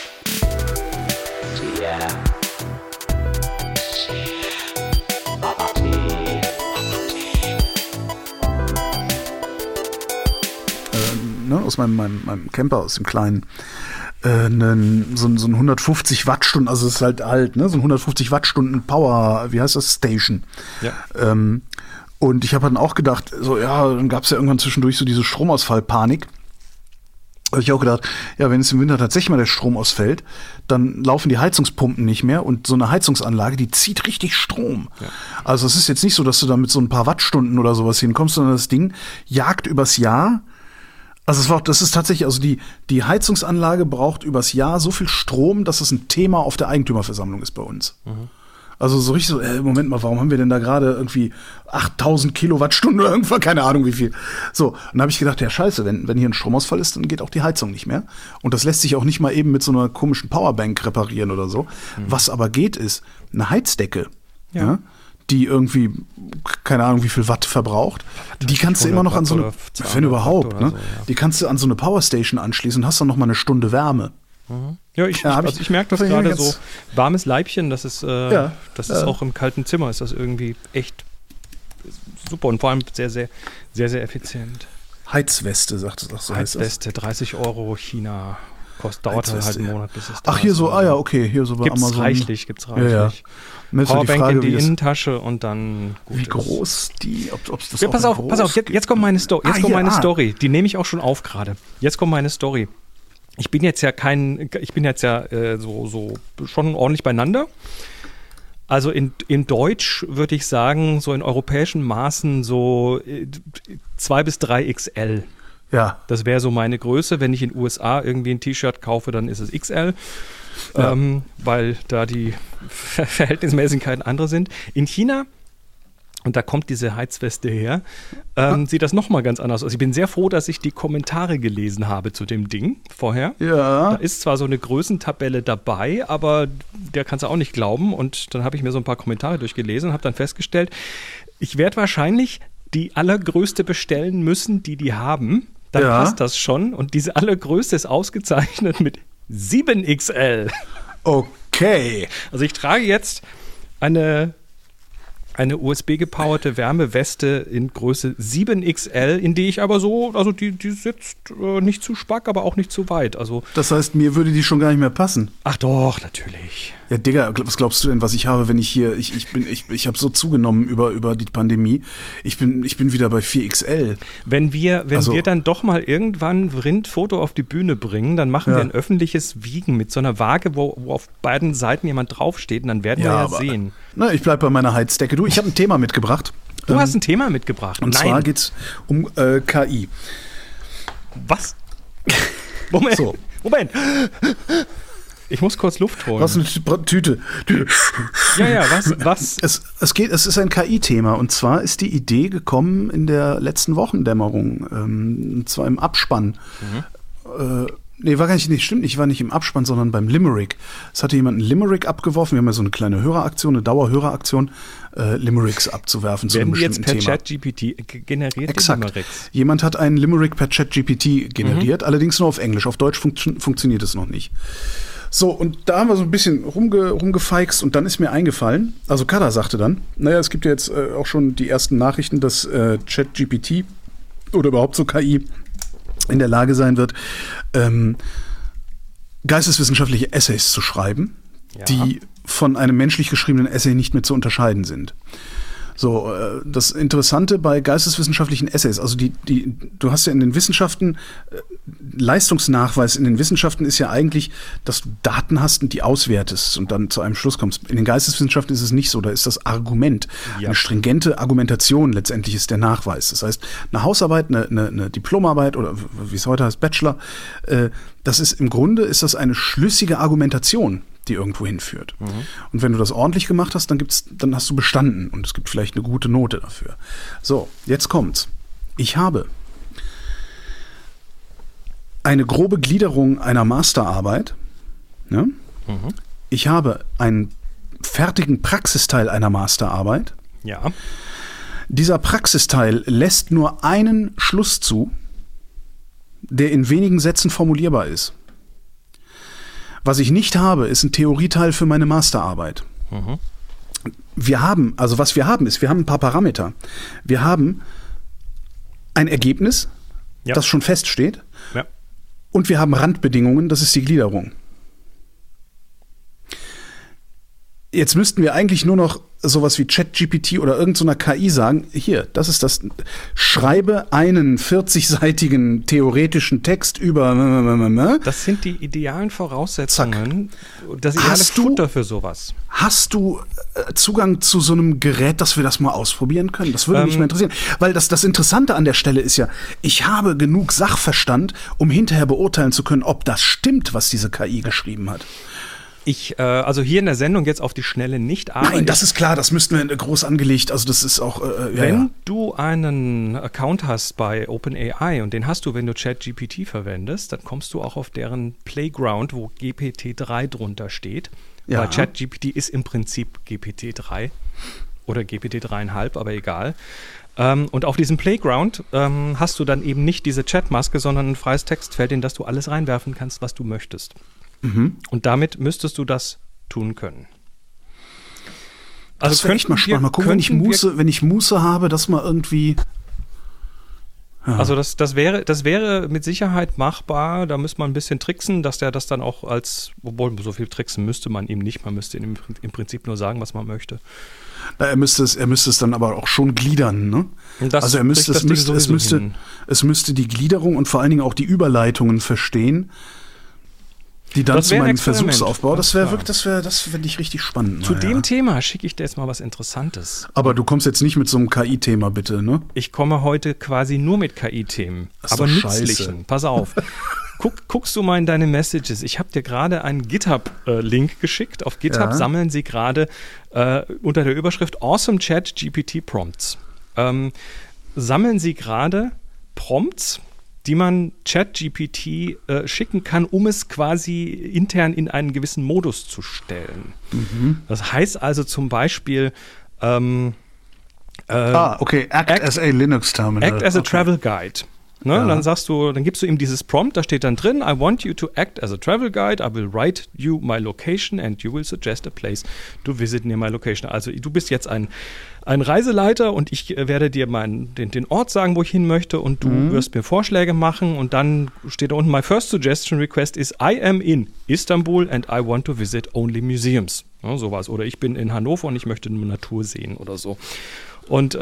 Aus meinem Camper, aus dem kleinen, so ein 150 Wattstunden, also es ist halt alt, so ein 150 Wattstunden Power, wie heißt das, Station. Ja. Und ich habe dann auch gedacht, dann gab es ja irgendwann zwischendurch so diese Stromausfallpanik. Habe ich auch gedacht, ja, wenn es im Winter tatsächlich mal der Strom ausfällt, dann laufen die Heizungspumpen nicht mehr und so eine Heizungsanlage, die zieht richtig Strom. Ja. Also es ist jetzt nicht so, dass du da mit so ein paar Wattstunden oder sowas hinkommst, sondern das Ding jagt übers Jahr. Also das ist tatsächlich, also die Heizungsanlage braucht übers Jahr so viel Strom, dass es ein Thema auf der Eigentümerversammlung ist bei uns. Mhm. Also so richtig so, Moment mal, warum haben wir denn da gerade irgendwie 8000 Kilowattstunden oder irgendwas, keine Ahnung wie viel. So, und da habe ich gedacht, ja scheiße, wenn hier ein Stromausfall ist, dann geht auch die Heizung nicht mehr. Und das lässt sich auch nicht mal eben mit so einer komischen Powerbank reparieren oder so. Mhm. Was aber geht, ist eine Heizdecke, die irgendwie, keine Ahnung wie viel Watt verbraucht. Die kannst du immer noch an so eine, wenn überhaupt, so, die kannst du an so eine Powerstation anschließen und hast dann noch mal eine Stunde Wärme. Mhm. Ja, ich merke das gerade so. Warmes Leibchen, das ist auch im kalten Zimmer, ist das irgendwie echt super und vor allem sehr, sehr, sehr, sehr effizient. Heizweste, sagt es doch so. Heizweste, 30 € China. Dauert halt einen Monat, bis es da ist. Ach, hier so, okay, hier so bei Amazon. Gibt's reichlich. Ja. Powerbank Frage, in die Innentasche und dann gut. Wie groß die, ob's das ja, pass auf, jetzt kommt meine Story. Story. Die nehme ich auch schon auf gerade. Jetzt kommt meine Story. Ich bin jetzt ja so schon ordentlich beieinander. Also in Deutsch würde ich sagen, so in europäischen Maßen so 2 bis 3 XL. Ja. Das wäre so meine Größe. Wenn ich in den USA irgendwie ein T-Shirt kaufe, dann ist es XL, weil da die Verhältnismäßigkeiten andere sind. In China, und da kommt diese Heizweste her, sieht das nochmal ganz anders aus. Ich bin sehr froh, dass ich die Kommentare gelesen habe zu dem Ding vorher. Ja. Da ist zwar so eine Größentabelle dabei, aber der kannst du auch nicht glauben. Und dann habe ich mir so ein paar Kommentare durchgelesen und habe dann festgestellt, ich werde wahrscheinlich die allergrößte bestellen müssen, die haben. Dann passt das schon. Und diese allergrößte ist ausgezeichnet mit 7XL. Okay. Also ich trage jetzt eine USB-gepowerte Wärmeweste in Größe 7XL, in die ich aber die sitzt nicht zu spack, aber auch nicht zu weit. Also, das heißt, mir würde die schon gar nicht mehr passen. Ach doch, natürlich. Ja, Digga, was glaubst du denn, was ich habe, wenn ich hier, ich habe so zugenommen über die Pandemie. Ich bin wieder bei 4XL. Wenn wir dann doch mal irgendwann ein Rindfoto auf die Bühne bringen, dann machen wir ein öffentliches Wiegen mit so einer Waage, wo auf beiden Seiten jemand draufsteht und dann werden wir aber sehen. Na, ich bleib bei meiner Heizdecke. Du, ich habe ein Thema mitgebracht. Du hast ein Thema mitgebracht? Und zwar geht's um KI. Was? Moment. Ich muss kurz Luft holen. Was eine Tüte. Ja, was? Es ist ein KI-Thema und zwar ist die Idee gekommen in der letzten Wochendämmerung, und zwar im Abspann. Nee, war gar nicht, stimmt nicht, ich war nicht im Abspann, sondern beim Limerick. Es hatte jemand einen Limerick abgeworfen, wir haben ja so eine kleine Höreraktion, eine Dauerhöreraktion, Limericks abzuwerfen zu einem bestimmten Thema. Werden die jetzt per ChatGPT generiert? Exakt. Limericks? Jemand hat einen Limerick per ChatGPT generiert, allerdings nur auf Englisch, auf Deutsch funktioniert es noch nicht. So, und da haben wir so ein bisschen rumgefeixt und dann ist mir eingefallen, also Kada sagte dann, naja, es gibt ja jetzt auch schon die ersten Nachrichten, dass ChatGPT oder überhaupt so KI in der Lage sein wird, geisteswissenschaftliche Essays zu schreiben, die von einem menschlich geschriebenen Essay nicht mehr zu unterscheiden sind. So, das Interessante bei geisteswissenschaftlichen Essays, also du hast ja in den Wissenschaften, Leistungsnachweis in den Wissenschaften ist ja eigentlich, dass du Daten hast und die auswertest und dann zu einem Schluss kommst. In den Geisteswissenschaften ist es nicht so, da ist das Argument, eine stringente Argumentation letztendlich ist der Nachweis. Das heißt, eine Hausarbeit, eine Diplomarbeit oder wie es heute heißt, Bachelor, das ist im Grunde ist das eine schlüssige Argumentation, die irgendwo hinführt. Und wenn du das ordentlich gemacht hast, dann hast du bestanden und es gibt vielleicht eine gute Note dafür. So, jetzt kommt's. Ich habe eine grobe Gliederung einer Masterarbeit. Ne? Ich habe einen fertigen Praxisteil einer Masterarbeit. Ja. Dieser Praxisteil lässt nur einen Schluss zu, der in wenigen Sätzen formulierbar ist. Was ich nicht habe, ist ein Theorieteil für meine Masterarbeit. Wir haben ein paar Parameter. Wir haben ein Ergebnis, das schon feststeht. Ja. Und wir haben Randbedingungen, das ist die Gliederung. Jetzt müssten wir eigentlich nur noch sowas wie ChatGPT oder irgendeiner KI sagen, hier, das ist das, schreibe einen 40-seitigen theoretischen Text über. Das sind die idealen Voraussetzungen, das ideale Futter für sowas. Hast du Zugang zu so einem Gerät, dass wir das mal ausprobieren können? Das würde mich mal interessieren. Weil das Interessante an der Stelle ist ja, ich habe genug Sachverstand, um hinterher beurteilen zu können, ob das stimmt, was diese KI geschrieben hat. Also hier in der Sendung jetzt auf die Schnelle nicht, aber nein, das ist klar, das müssten wir groß angelegt, also das ist auch, wenn du einen Account hast bei OpenAI und den hast du, wenn du ChatGPT verwendest, dann kommst du auch auf deren Playground, wo GPT-3 drunter steht. Ja. Weil ChatGPT ist im Prinzip GPT-3 oder GPT-3,5, aber egal. Und auf diesem Playground hast du dann eben nicht diese Chatmaske, sondern ein freies Textfeld, in das du alles reinwerfen kannst, was du möchtest. Und damit müsstest du das tun können. Also das wäre echt mal spannend. Mal gucken, wenn ich Muße habe, das mal irgendwie. Ja. Also das wäre mit Sicherheit machbar. Da müsste man ein bisschen tricksen, dass der das dann auch obwohl so viel tricksen müsste man ihm nicht. Man müsste ihm im Prinzip nur sagen, was man möchte. Na, er müsste es dann aber auch schon gliedern, ne? Also es müsste die Gliederung und vor allen Dingen auch die Überleitungen verstehen, die dann zu meinem Versuchsaufbau, das finde ich richtig spannend. Zu dem Thema schicke ich dir jetzt mal was Interessantes. Aber du kommst jetzt nicht mit so einem KI-Thema, bitte, ne? Ich komme heute quasi nur mit KI-Themen, aber nützlichen. Pass auf. Guckst du mal in deine Messages. Ich habe dir gerade einen GitHub-Link geschickt. Auf GitHub sammeln sie gerade unter der Überschrift Awesome Chat GPT Prompts. Sammeln sie gerade Prompts, die man ChatGPT schicken kann, um es quasi intern in einen gewissen Modus zu stellen. Das heißt also zum Beispiel Act as a Linux Terminal. Act as a Travel Guide. Ne? Ja. Dann gibst du ihm dieses Prompt, da steht dann drin, I want you to act as a travel guide, I will write you my location and you will suggest a place to visit near my location. Also du bist jetzt ein Reiseleiter und ich werde dir den Ort sagen, wo ich hin möchte und du wirst mir Vorschläge machen und dann steht da unten, my first suggestion request is I am in Istanbul and I want to visit only museums. Ja, sowas. Oder ich bin in Hannover und ich möchte nur Natur sehen oder so. Und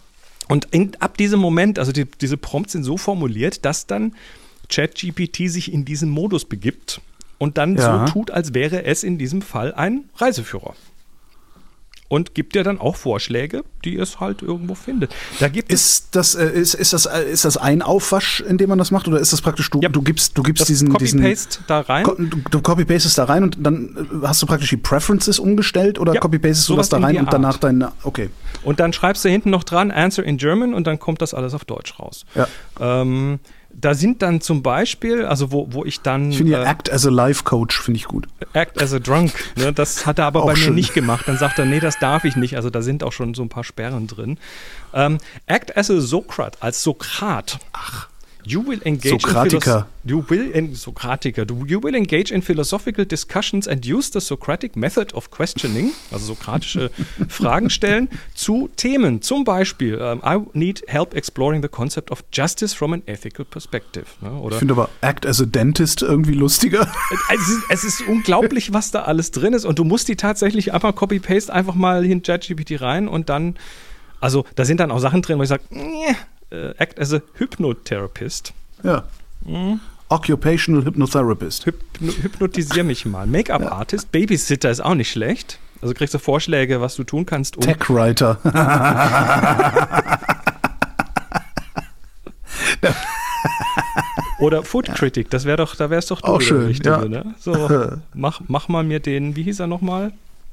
ab diesem Moment, also diese Prompts sind so formuliert, dass dann ChatGPT sich in diesen Modus begibt und dann so tut, als wäre es in diesem Fall ein Reiseführer. und gibt dir dann auch Vorschläge, die es halt irgendwo findet. Da gibt ist das ein Aufwasch, in dem man das macht, oder ist das praktisch, du gibst diesen Copy-Paste da rein? Du copy-pastest da rein und dann hast du praktisch die Preferences umgestellt oder copy-pastest du das da rein und danach okay. Und dann schreibst du hinten noch dran, Answer in German und dann kommt das alles auf Deutsch raus. Ja. Da sind dann zum Beispiel, also wo ich dann... Ich finde ja Act as a Life Coach, finde ich gut. Act as a Drunk, ne? Das hat er aber bei mir nicht gemacht. Dann sagt er, nee, das darf ich nicht. Also da sind auch schon so ein paar Sperren drin. Act as a Sokrat, als Sokrat. Ach. You will engage Sokratiker. You will engage in philosophical discussions and use the Socratic method of questioning, also sokratische Fragen stellen, zu Themen. Zum Beispiel, I need help exploring the concept of justice from an ethical perspective. Ne? Oder ich finde aber Act as a Dentist irgendwie lustiger. Es ist unglaublich, was da alles drin ist. Und du musst die tatsächlich einfach Copy-Paste einfach mal in ChatGPT rein und dann, also da sind dann auch Sachen drin, wo ich sage, act as a hypnotherapist. Ja. Occupational Hypnotherapist. Hypnotisier mich mal. Make-up-Artist, Babysitter ist auch nicht schlecht. Also kriegst du Vorschläge, was du tun kannst. Tech-Writer. Oder Food Critic, da wär's doch du auch schön, der Richtige, ja. Ne? So, mach mal mir den, wie hieß er nochmal?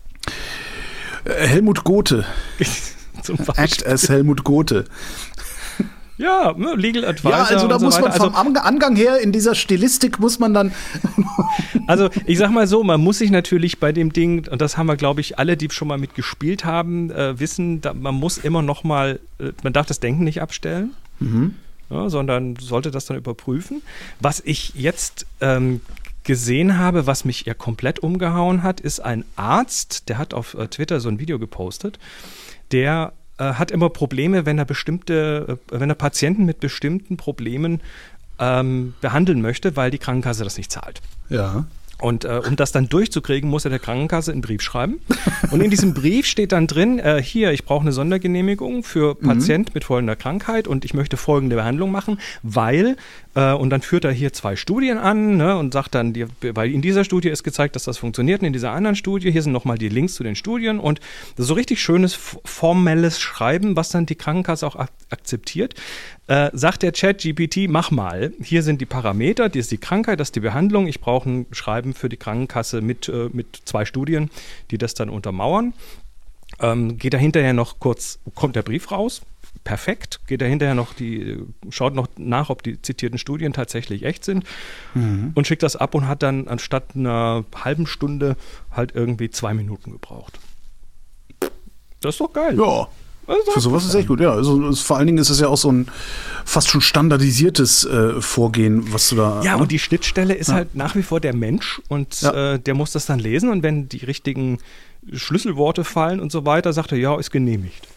Helmut Gothe. Zum Beispiel. Act as Helmut Gothe. Ja, Legal Advisor. Ja, also da muss man vom Angang her, in dieser Stilistik muss man dann. Also ich sag mal so, man muss sich natürlich bei dem Ding, und das haben wir, glaube ich, alle, die schon mal mitgespielt haben, wissen, man muss immer noch mal, man darf das Denken nicht abstellen, sondern sollte das dann überprüfen. Was ich jetzt gesehen habe, was mich ja komplett umgehauen hat, ist ein Arzt, der hat auf Twitter so ein Video gepostet, der hat immer Probleme, wenn er Patienten mit bestimmten Problemen behandeln möchte, weil die Krankenkasse das nicht zahlt. Ja. Und um das dann durchzukriegen, muss er der Krankenkasse einen Brief schreiben. Und in diesem Brief steht dann drin, hier, ich brauche eine Sondergenehmigung für Patient mit folgender Krankheit und ich möchte folgende Behandlung machen, weil, und dann führt er hier 2 Studien an, ne, und sagt dann, weil in dieser Studie ist gezeigt, dass das funktioniert, und in dieser anderen Studie, hier sind nochmal die Links zu den Studien und so richtig schönes formelles Schreiben, was dann die Krankenkasse auch akzeptiert. Sagt der ChatGPT, mach mal, hier sind die Parameter, die ist die Krankheit, das ist die Behandlung, ich brauche ein Schreiben für die Krankenkasse mit 2 Studien, die das dann untermauern. Geht da hinterher noch kurz, kommt der Brief raus, perfekt, geht da hinterher noch schaut noch nach, ob die zitierten Studien tatsächlich echt sind und schickt das ab und hat dann anstatt einer halben Stunde halt irgendwie 2 Minuten gebraucht. Das ist doch geil. Ja. Für sowas ist echt gut, ja. Also, vor allen Dingen ist es ja auch so ein fast schon standardisiertes Vorgehen, was du da. Ja, und die Schnittstelle ist halt nach wie vor der Mensch und der muss das dann lesen und wenn die richtigen Schlüsselworte fallen und so weiter, sagt er, ja, ist genehmigt.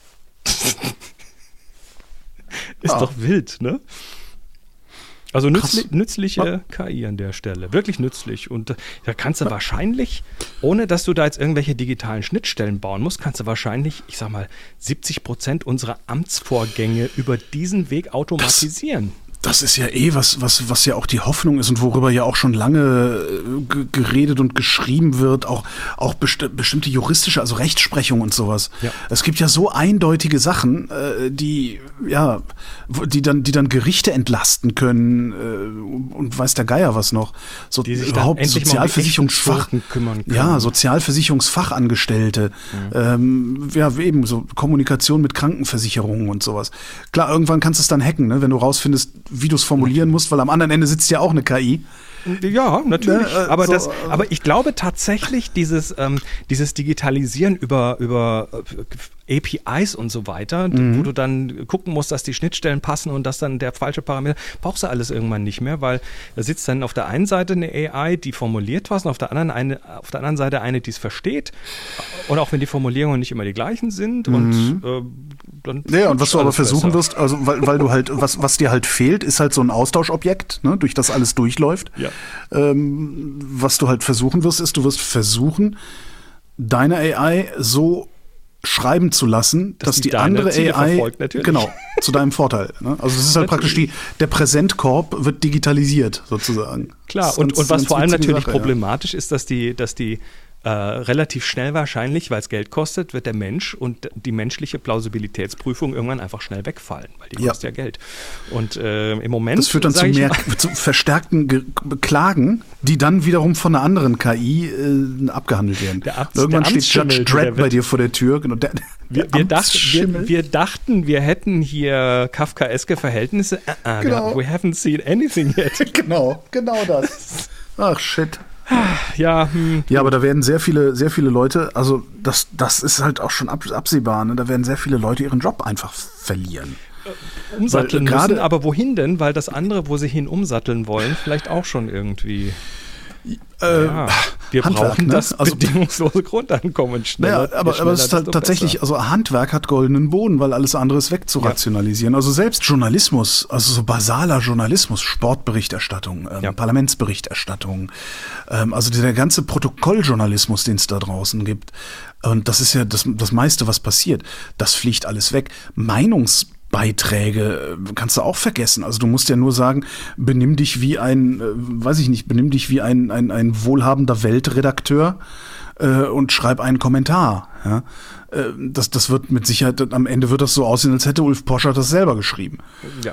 Ist doch wild, ne? Also nützliche KI an der Stelle. Wirklich nützlich. Und da kannst du wahrscheinlich, ohne dass du da jetzt irgendwelche digitalen Schnittstellen bauen musst, kannst du wahrscheinlich, ich sag mal, 70% unserer Amtsvorgänge über diesen Weg automatisieren. Das ist ja was ja auch die Hoffnung ist und worüber ja auch schon lange geredet und geschrieben wird, auch bestimmte juristische, also Rechtsprechung und sowas. Ja. Es gibt ja so eindeutige Sachen, die dann Gerichte entlasten können und weiß der Geier was noch. So, die sich überhaupt dann Sozialversicherungsfach kümmern können. Ja, Sozialversicherungsfachangestellte. Eben so Kommunikation mit Krankenversicherungen und sowas. Klar, irgendwann kannst du es dann hacken, ne, wenn du rausfindest, wie du es formulieren musst, weil am anderen Ende sitzt ja auch eine KI. Ja, natürlich. Aber ich glaube tatsächlich, dieses Digitalisieren über APIs und so weiter, wo du dann gucken musst, dass die Schnittstellen passen und dass dann der falsche Parameter, brauchst du alles irgendwann nicht mehr, weil da sitzt dann auf der einen Seite eine AI, die formuliert was und auf der anderen Seite eine, die es versteht. Und auch wenn die Formulierungen nicht immer die gleichen sind und dann. Ja, und was du aber versuchen wirst, also weil du halt, was dir halt fehlt, ist halt so ein Austauschobjekt, ne, durch das alles durchläuft. Ja. Was du halt versuchen wirst, ist, du wirst versuchen, deine AI so schreiben zu lassen, dass die andere AI verfolgt, genau zu deinem Vorteil. Ne? Also es ist halt praktisch der Präsentkorb wird digitalisiert sozusagen. Klar, und was vor allem natürlich problematisch ist, dass die relativ schnell wahrscheinlich, weil es Geld kostet, wird der Mensch und die menschliche Plausibilitätsprüfung irgendwann einfach schnell wegfallen, weil die kostet ja Geld. Und im Moment. Das führt dann zu verstärkten Klagen, die dann wiederum von einer anderen KI abgehandelt werden. Irgendwann steht Judge Dredd bei dir vor der Tür. Genau, wir dachten, wir hätten hier kafkaeske Verhältnisse. Genau. We haven't seen anything yet. Genau das. Ach, shit. Ja, aber da werden sehr viele Leute, also das ist halt auch schon absehbar, ne? Da werden sehr viele Leute ihren Job einfach verlieren. Umsatteln müssen, aber wohin denn? Weil das andere, wo sie hin umsatteln wollen, vielleicht auch schon irgendwie... wir Handwerk, brauchen das bedingungslose Grundeinkommen schneller. Aber es ist halt tatsächlich, also Handwerk hat goldenen Boden, weil alles andere ist wegzurationalisieren. Also selbst Journalismus, also so basaler Journalismus, Sportberichterstattung, Parlamentsberichterstattung, also der ganze Protokolljournalismus, den es da draußen gibt, und das ist ja das meiste, was passiert, das fliegt alles weg. Beiträge kannst du auch vergessen. Also du musst ja nur sagen, benimm dich wie ein wohlhabender Weltredakteur und schreib einen Kommentar. Ja? Das wird mit Sicherheit, am Ende wird das so aussehen, als hätte Ulf Poschardt das selber geschrieben. Ja.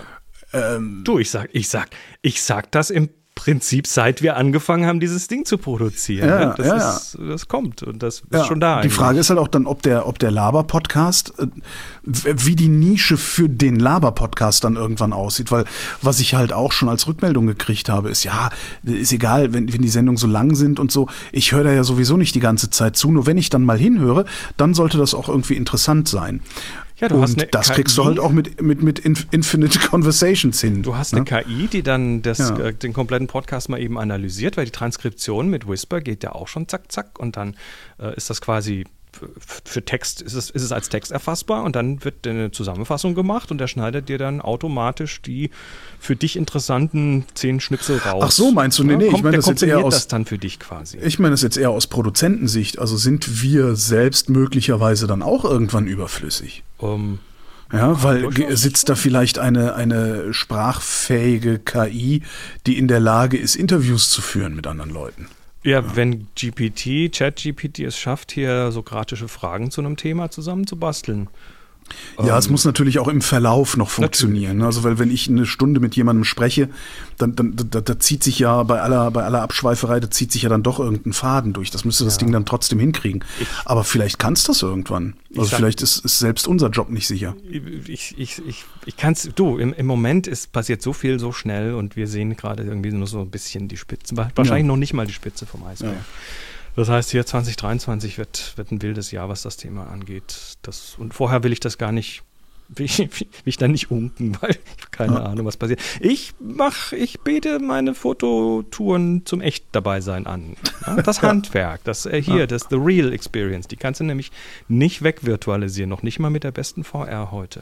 Ich sag das im Prinzip, seit wir angefangen haben, dieses Ding zu produzieren. Das kommt und das ist schon da. Die Frage ist halt auch dann, ob der Laber-Podcast, wie die Nische für den Laber-Podcast dann irgendwann aussieht, weil was ich halt auch schon als Rückmeldung gekriegt habe, ist egal, wenn die Sendungen so lang sind und so, ich höre da ja sowieso nicht die ganze Zeit zu, nur wenn ich dann mal hinhöre, dann sollte das auch irgendwie interessant sein. Ja, und das kriegst du halt auch mit Infinite Conversations hin. Du hast eine KI, die dann den kompletten Podcast mal eben analysiert, weil die Transkription mit Whisper geht ja auch schon zack, zack und dann ist das quasi für Text, ist es als Text erfassbar und dann wird eine Zusammenfassung gemacht und der schneidet dir dann automatisch die für dich interessanten 10 Schnipsel raus. Ach so, meinst du? Nee, ich meine das jetzt eher das dann für dich quasi. Ich meine das jetzt eher aus Produzentensicht. Also sind wir selbst möglicherweise dann auch irgendwann überflüssig? Weil sitzt da vielleicht eine sprachfähige KI, die in der Lage ist, Interviews zu führen mit anderen Leuten? Ja, wenn ChatGPT es schafft, hier sokratische Fragen zu einem Thema zusammenzubasteln. Ja, es muss natürlich auch im Verlauf noch funktionieren. Natürlich. Also, weil wenn ich eine Stunde mit jemandem spreche, dann da zieht sich ja bei aller Abschweiferei, da zieht sich ja dann doch irgendein Faden durch. Das müsste das Ding dann trotzdem hinkriegen. Aber vielleicht kann es das irgendwann. Also vielleicht ist selbst unser Job nicht sicher. Ich kann es, im Moment passiert so viel so schnell und wir sehen gerade irgendwie nur so ein bisschen die Spitze, wahrscheinlich noch nicht mal die Spitze vom Eisberg. Ja. Das heißt, hier 2023 wird ein wildes Jahr, was das Thema angeht. Und vorher will ich das gar nicht, will ich dann nicht unken, weil ich habe keine Ahnung, was passiert. Ich bete meine Fototouren zum echt dabei sein an. Ja, das Handwerk, das The Real Experience, die kannst du nämlich nicht wegvirtualisieren, noch nicht mal mit der besten VR heute.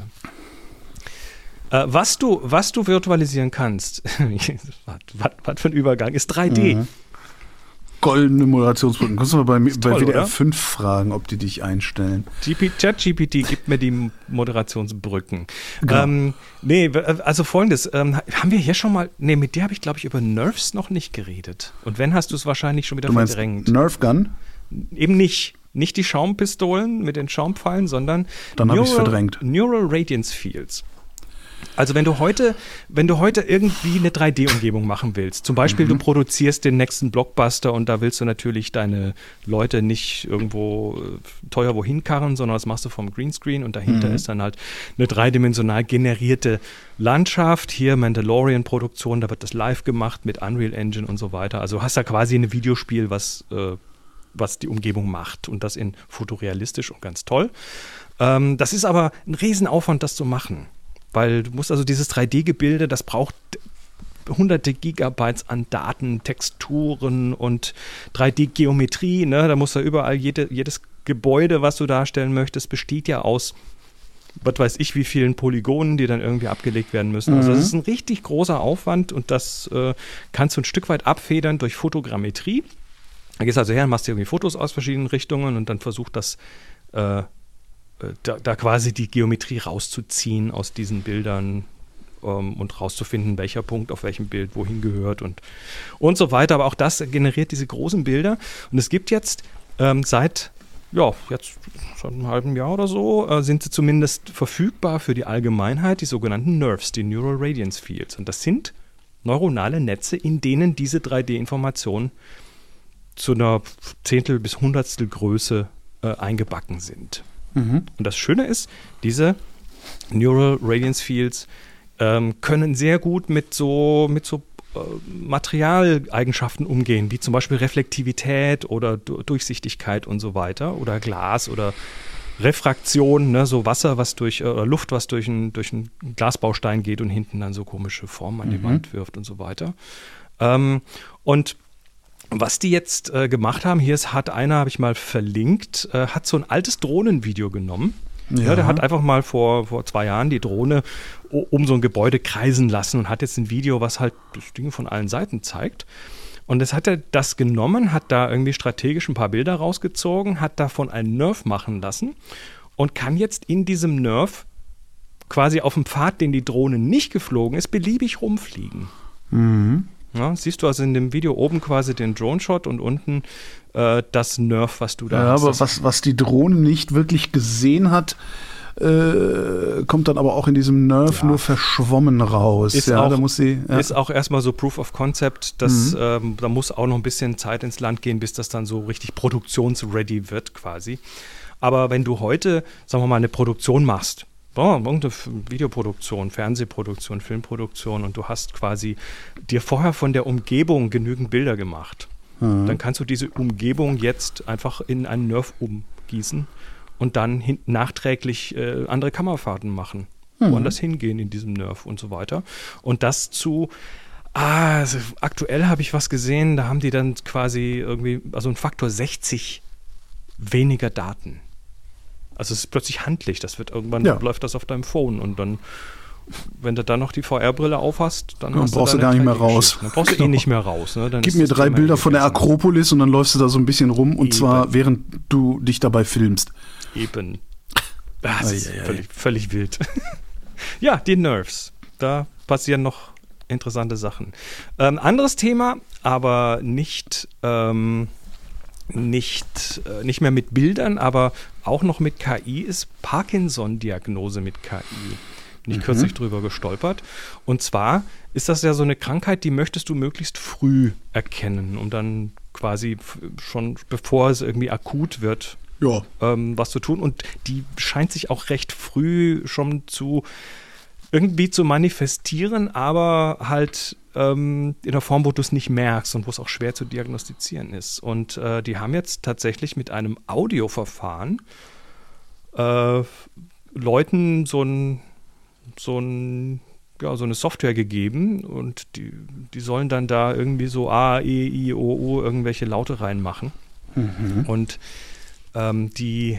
Was du virtualisieren kannst, was für ein Übergang, ist 3D. Mhm. Goldene Moderationsbrücken. Kannst du mal bei WDR 5 fragen, ob die dich einstellen? ChatGPT gibt mir die Moderationsbrücken. Genau. Also folgendes, haben wir hier schon mal, mit dir habe ich, glaube ich, über Nerfs noch nicht geredet. Und wenn, hast du es wahrscheinlich schon wieder verdrängt. Nerf Gun? Eben nicht. Nicht die Schaumpistolen mit den Schaumpfeilen, sondern dann habe ich es verdrängt. Neural Radiance Fields. Also wenn du heute irgendwie eine 3D-Umgebung machen willst, zum Beispiel du produzierst den nächsten Blockbuster und da willst du natürlich deine Leute nicht irgendwo teuer wohin karren, sondern das machst du vom Greenscreen und dahinter ist dann halt eine dreidimensional generierte Landschaft. Hier Mandalorian-Produktion, da wird das live gemacht mit Unreal Engine und so weiter. Also hast da quasi ein Videospiel, was die Umgebung macht und das in fotorealistisch und ganz toll. Das ist aber ein Riesenaufwand, das zu machen. Weil du musst also dieses 3D-Gebilde, das braucht hunderte Gigabytes an Daten, Texturen und 3D-Geometrie. Ne? Da muss ja überall jedes Gebäude, was du darstellen möchtest, besteht ja aus, was weiß ich, wie vielen Polygonen, die dann irgendwie abgelegt werden müssen. Also das ist ein richtig großer Aufwand und das kannst du ein Stück weit abfedern durch Fotogrammetrie. Da gehst du also her und machst dir irgendwie Fotos aus verschiedenen Richtungen und dann versucht das da quasi die Geometrie rauszuziehen aus diesen Bildern und rauszufinden, welcher Punkt auf welchem Bild wohin gehört und so weiter. Aber auch das generiert diese großen Bilder. Und es gibt jetzt Seit jetzt schon einem halben Jahr oder so, sind sie zumindest verfügbar für die Allgemeinheit, die sogenannten NeRFs, die Neural Radiance Fields. Und das sind neuronale Netze, in denen diese 3D-Informationen zu einer Zehntel bis Hundertstel Größe eingebacken sind. Und das Schöne ist, diese Neural Radiance Fields können sehr gut mit so Materialeigenschaften umgehen, wie zum Beispiel Reflektivität oder Durchsichtigkeit und so weiter oder Glas oder Refraktion, ne, so Wasser, oder Luft, was durch einen Glasbaustein geht und hinten dann so komische Formen an die Wand wirft und so weiter. Und was die jetzt gemacht haben, habe ich mal verlinkt, hat so ein altes Drohnenvideo genommen. Ja, der hat einfach mal vor 2 Jahren die Drohne um so ein Gebäude kreisen lassen und hat jetzt ein Video, was halt das Ding von allen Seiten zeigt. Und jetzt hat er das genommen, hat da irgendwie strategisch ein paar Bilder rausgezogen, hat davon einen NeRF machen lassen und kann jetzt in diesem NeRF quasi auf dem Pfad, den die Drohne nicht geflogen ist, beliebig rumfliegen. Ja, siehst du also in dem Video oben quasi den Drone-Shot und unten das NeRF, was du da hast. Ja, aber was die Drohne nicht wirklich gesehen hat, kommt dann aber auch in diesem NeRF nur verschwommen raus. Ist auch erstmal so Proof of Concept, da muss auch noch ein bisschen Zeit ins Land gehen, bis das dann so richtig produktionsready wird quasi. Aber wenn du heute, sagen wir mal, eine Produktion machst, irgendeine Videoproduktion, Fernsehproduktion, Filmproduktion und du hast quasi dir vorher von der Umgebung genügend Bilder gemacht, dann kannst du diese Umgebung jetzt einfach in einen NeRF umgießen und dann nachträglich andere Kamerafahrten machen, woanders hingehen in diesem NeRF und so weiter. Und das also aktuell habe ich was gesehen, da haben die dann quasi irgendwie, also ein Faktor 60 weniger Daten. Also es ist plötzlich Handlich, läuft das auf deinem Phone und dann, wenn du dann noch die VR-Brille aufhast, dann brauchst du gar nicht mehr raus. Dann brauchst du nicht mehr raus. Ne? Gib mir 3 Bilder von der Akropolis und dann läufst du da so ein bisschen rum und zwar während du dich dabei filmst. Eben. Das ist völlig wild. Ja, die NeRFs. Da passieren noch interessante Sachen. Anderes Thema, aber nicht mehr mit Bildern, aber auch noch mit KI ist Parkinson-Diagnose mit KI. Bin ich kürzlich drüber gestolpert. Und zwar ist das ja so eine Krankheit, die möchtest du möglichst früh erkennen, um dann quasi schon, bevor es irgendwie akut wird, was zu tun. Und die scheint sich auch recht früh schon irgendwie zu manifestieren, aber halt in der Form, wo du es nicht merkst und wo es auch schwer zu diagnostizieren ist. Und die haben jetzt tatsächlich mit einem Audioverfahren Leuten so eine Software gegeben und die sollen dann da irgendwie so A, E, I, O, U irgendwelche Laute reinmachen. Und die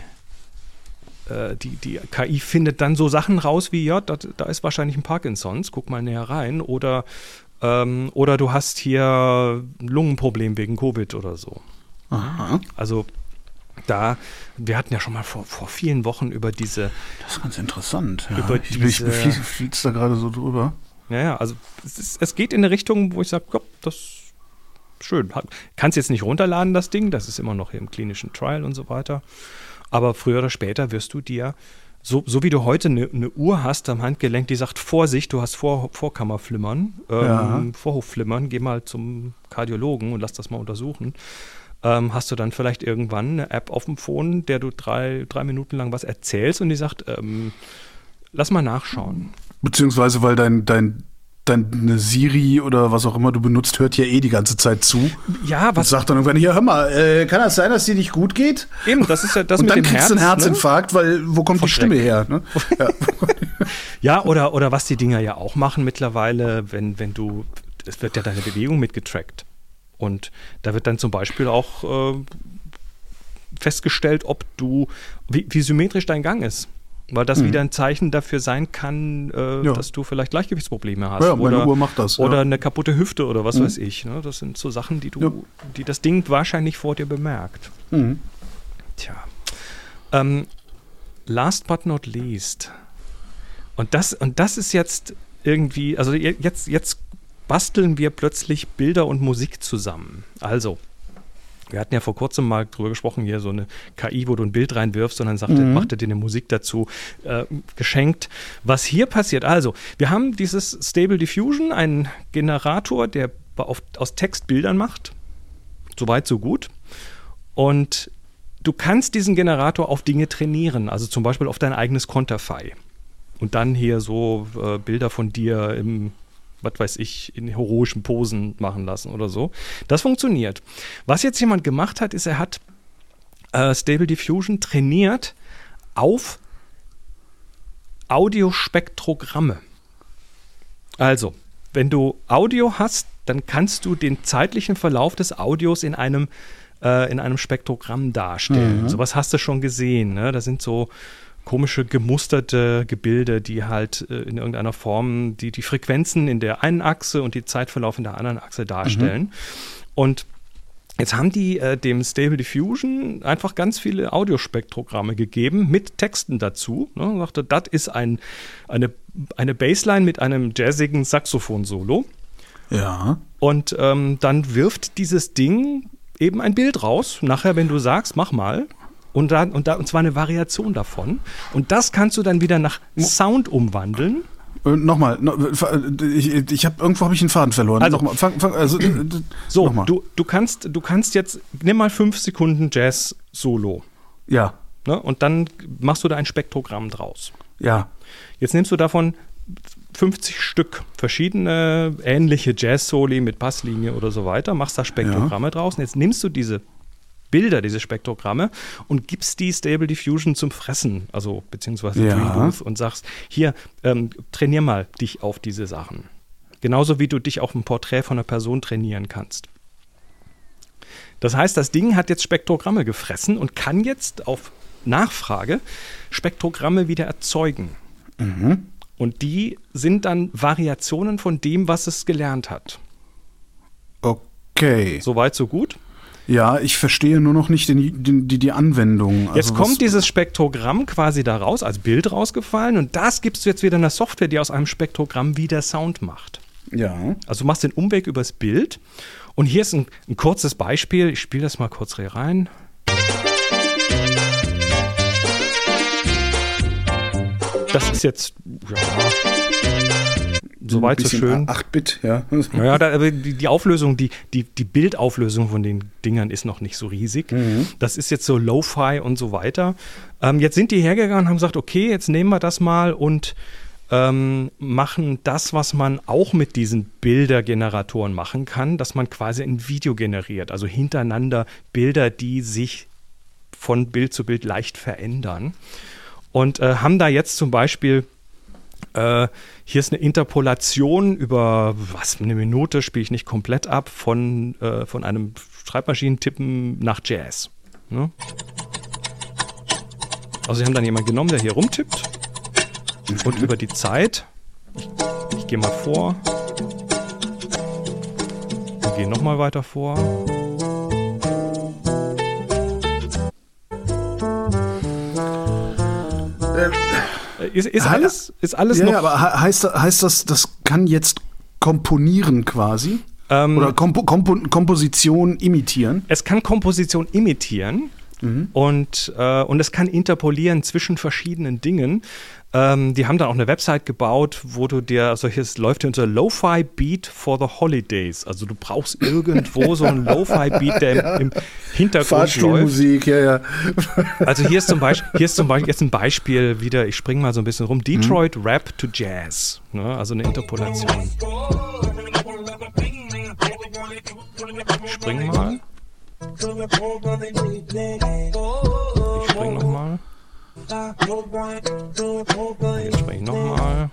KI findet dann so Sachen raus wie, ja, da ist wahrscheinlich ein Parkinsons, guck mal näher rein. Oder du hast hier ein Lungenproblem wegen Covid oder so. Aha. Also wir hatten ja schon mal vor vielen Wochen über diese... Das ist ganz interessant. Ja. Ich fließt da gerade so drüber. Ja, also es geht in eine Richtung, wo ich sage, das ist schön. Kannst jetzt nicht runterladen, das Ding, das ist immer noch hier im klinischen Trial und so weiter. Aber früher oder später wirst du dir, so wie du heute eine Uhr hast am Handgelenk, die sagt, Vorsicht, du hast Vorkammerflimmern, Vorhofflimmern, geh mal zum Kardiologen und lass das mal untersuchen. Hast du dann vielleicht irgendwann eine App auf dem Phone, der du 3 Minuten lang was erzählst und die sagt, lass mal nachschauen. Beziehungsweise, weil deine Siri oder was auch immer du benutzt, hört ja die ganze Zeit zu. Ja, was? Und sagt dann irgendwann, hier, hör mal, kann das sein, dass dir nicht gut geht? Eben, das ist ja das und mit dem Herz. Und dann kriegst du einen Herzinfarkt, weil wo kommt die Stimme her? Ne? Ja, oder was die Dinger ja auch machen mittlerweile, es wird ja deine Bewegung mitgetrackt. Und da wird dann zum Beispiel auch festgestellt, wie symmetrisch dein Gang ist. Weil das wieder ein Zeichen dafür sein kann, dass du vielleicht Gleichgewichtsprobleme hast. Ja, meine Uhr macht das. Oder eine kaputte Hüfte oder was weiß ich. Ne? Das sind so Sachen, die das Ding wahrscheinlich vor dir bemerkt. Tja. Last but not least. Und das ist jetzt irgendwie, also jetzt basteln wir plötzlich Bilder und Musik zusammen. Also, Wir hatten ja vor kurzem mal drüber gesprochen, hier so eine KI, wo du ein Bild reinwirfst und dann macht er dir eine Musik dazu geschenkt. Was hier passiert, also, wir haben dieses Stable Diffusion, einen Generator, der aus Text Bildern macht. Soweit, so gut. Und du kannst diesen Generator auf Dinge trainieren, also zum Beispiel auf dein eigenes Konterfei. Und dann hier so Bilder von dir im, was weiß ich, in heroischen Posen machen lassen oder so. Das funktioniert. Was jetzt jemand gemacht hat, ist, er hat Stable Diffusion trainiert auf Audiospektrogramme. Also, wenn du Audio hast, dann kannst du den zeitlichen Verlauf des Audios in einem Spektrogramm darstellen. Sowas hast du schon gesehen. Ne? Da sind so komische gemusterte Gebilde, die halt in irgendeiner Form die Frequenzen in der einen Achse und die Zeitverlauf in der anderen Achse darstellen. Und jetzt haben die dem Stable Diffusion einfach ganz viele Audiospektrogramme gegeben mit Texten dazu. Ne? Und sagte, das ist eine Bassline mit einem jazzigen Saxophon-Solo. Ja. Und dann wirft dieses Ding eben ein Bild raus. Nachher, wenn du sagst, mach mal. Und zwar eine Variation davon. Und das kannst du dann wieder nach Sound umwandeln. Nochmal, irgendwo habe ich einen Faden verloren. Also, nochmal, so, nochmal. Du kannst jetzt, nimm mal 5 Sekunden Jazz-Solo. Ja. Ne? Und dann machst du da ein Spektrogramm draus. Ja. Jetzt nimmst du davon 50 Stück verschiedene ähnliche Jazz-Soli mit Basslinie oder so weiter, machst da Spektrogramme draus. Und jetzt nimmst du diese Bilder, diese Spektrogramme und gibst die Stable Diffusion zum Fressen, also beziehungsweise Dream Booth und sagst, hier, trainier mal dich auf diese Sachen. Genauso wie du dich auf ein Porträt von einer Person trainieren kannst. Das heißt, das Ding hat jetzt Spektrogramme gefressen und kann jetzt auf Nachfrage Spektrogramme wieder erzeugen. Und die sind dann Variationen von dem, was es gelernt hat. Okay. Soweit, so gut? Ja, ich verstehe nur noch nicht die Anwendung. Also jetzt kommt dieses Spektrogramm quasi da raus, als Bild rausgefallen und das gibst du jetzt wieder einer Software, die aus einem Spektrogramm wieder Sound macht. Ja. Also du machst den Umweg übers Bild und hier ist ein kurzes Beispiel, ich spiele das mal kurz hier rein. Das ist jetzt, ja, soweit so schön. 8-Bit, ja. Naja, aber die Auflösung, die Bildauflösung von den Dingern ist noch nicht so riesig. Das ist jetzt so Lo-Fi und so weiter. Jetzt sind die hergegangen und haben gesagt, okay, jetzt nehmen wir das mal und machen das, was man auch mit diesen Bildergeneratoren machen kann, dass man quasi ein Video generiert, also hintereinander Bilder, die sich von Bild zu Bild leicht verändern. Und haben da jetzt zum Beispiel, hier ist eine Interpolation über, eine Minute, spiele ich nicht komplett ab, von einem Schreibmaschinentippen nach Jazz. Ne? Also sie haben dann jemanden genommen, der hier rumtippt und über die Zeit, ich gehe mal vor, und gehe nochmal weiter vor. Ist alles noch. Ja, aber heißt das kann jetzt komponieren quasi? Oder Komposition imitieren? Es kann Komposition imitieren und es kann interpolieren zwischen verschiedenen Dingen. Die haben dann auch eine Website gebaut, wo du dir, also hier läuft hier unser Lo-Fi Beat for the Holidays. Also du brauchst irgendwo so einen Lo-Fi Beat, der im Hintergrund läuft. Ja. Also hier ist zum Beispiel jetzt ein Beispiel wieder, ich springe mal so ein bisschen rum, Detroit Rap to Jazz, ne? Also eine Interpolation. Ich springe mal. Ich springe nochmal. Jetzt springe ich nochmal.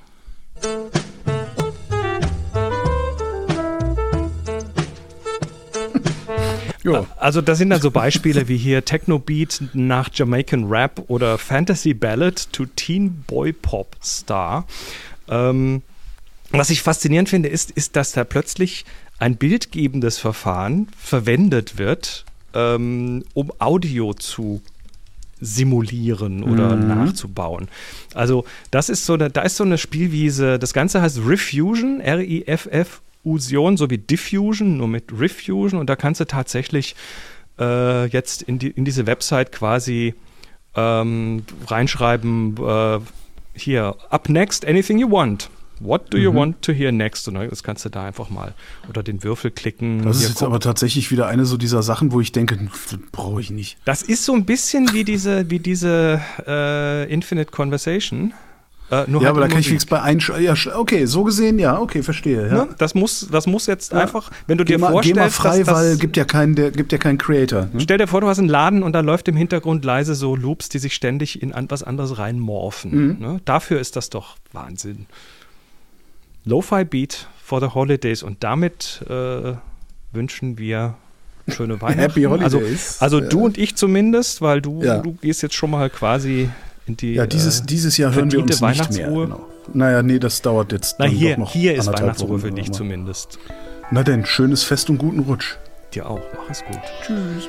Also das sind dann so Beispiele wie hier Techno-Beat nach Jamaican Rap oder Fantasy Ballad to Teen Boy Pop Star. Was ich faszinierend finde, ist, dass da plötzlich ein bildgebendes Verfahren verwendet wird, um Audio zu simulieren oder nachzubauen. Also da ist so eine Spielwiese, das Ganze heißt Rifffusion, R-I-F-F Fusion, so wie Diffusion, nur mit Rifffusion und da kannst du tatsächlich jetzt in diese Website quasi reinschreiben, hier, up next, anything you want. What do you want to hear next? Und das kannst du da einfach mal unter den Würfel klicken. Das ist jetzt aber tatsächlich wieder eine so dieser Sachen, wo ich denke, das brauche ich nicht. Das ist so ein bisschen wie diese Infinite Conversation. Nur ja, halt aber da kann ich wenigstens bei ja, okay, so gesehen, ja, okay, verstehe. Ja. Ne? Das muss jetzt einfach, wenn du dir vorstellst, geh mal frei, weil gibt ja keinen Creator. Ne? Stell dir vor, du hast einen Laden und da läuft im Hintergrund leise so Loops, die sich ständig in was anderes reinmorphen. Ne? Dafür ist das doch Wahnsinn. Lo-Fi Beat for the Holidays und damit wünschen wir schöne Weihnachten. Happy Holidays. Also du und ich zumindest, weil du gehst jetzt schon mal quasi in die dieses Jahr hören wir uns nicht mehr. Genau. Naja, nee, das dauert jetzt hier, noch hier ist Weihnachtsruhe für dich zumindest. Na denn, schönes Fest und guten Rutsch. Dir auch, mach es gut. Tschüss.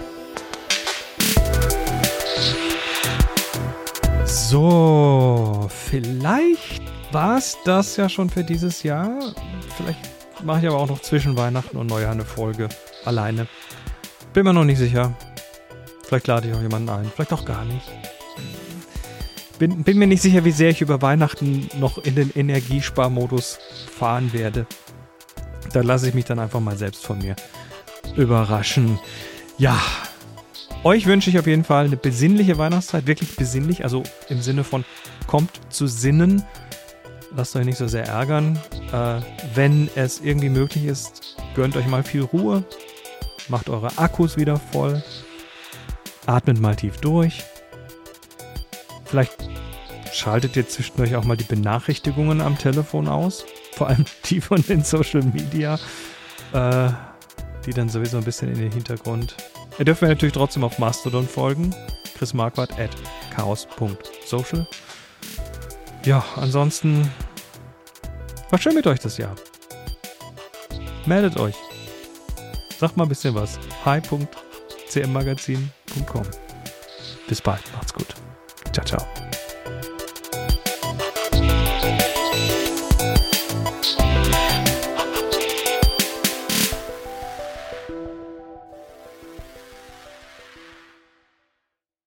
So, vielleicht war es das ja schon für dieses Jahr. Vielleicht mache ich aber auch noch zwischen Weihnachten und Neujahr eine Folge alleine. Bin mir noch nicht sicher. Vielleicht lade ich auch jemanden ein, vielleicht auch gar nicht. Bin mir nicht sicher, wie sehr ich über Weihnachten noch in den Energiesparmodus fahren werde. Da lasse ich mich dann einfach mal selbst von mir überraschen. Ja, euch wünsche ich auf jeden Fall eine besinnliche Weihnachtszeit, wirklich besinnlich, also im Sinne von kommt zu Sinnen. Lasst euch nicht so sehr ärgern. Wenn es irgendwie möglich ist, gönnt euch mal viel Ruhe. Macht eure Akkus wieder voll. Atmet mal tief durch. Vielleicht schaltet ihr zwischendurch auch mal die Benachrichtigungen am Telefon aus. Vor allem die von den Social Media. Die dann sowieso ein bisschen in den Hintergrund. Ihr dürft mir natürlich trotzdem auf Mastodon folgen. chrismarquardt@chaos.social. Ja, ansonsten war schön mit euch das Jahr. Meldet euch. Sagt mal ein bisschen was. hi.cmmagazin.com. Bis bald. Macht's gut. Ciao, ciao.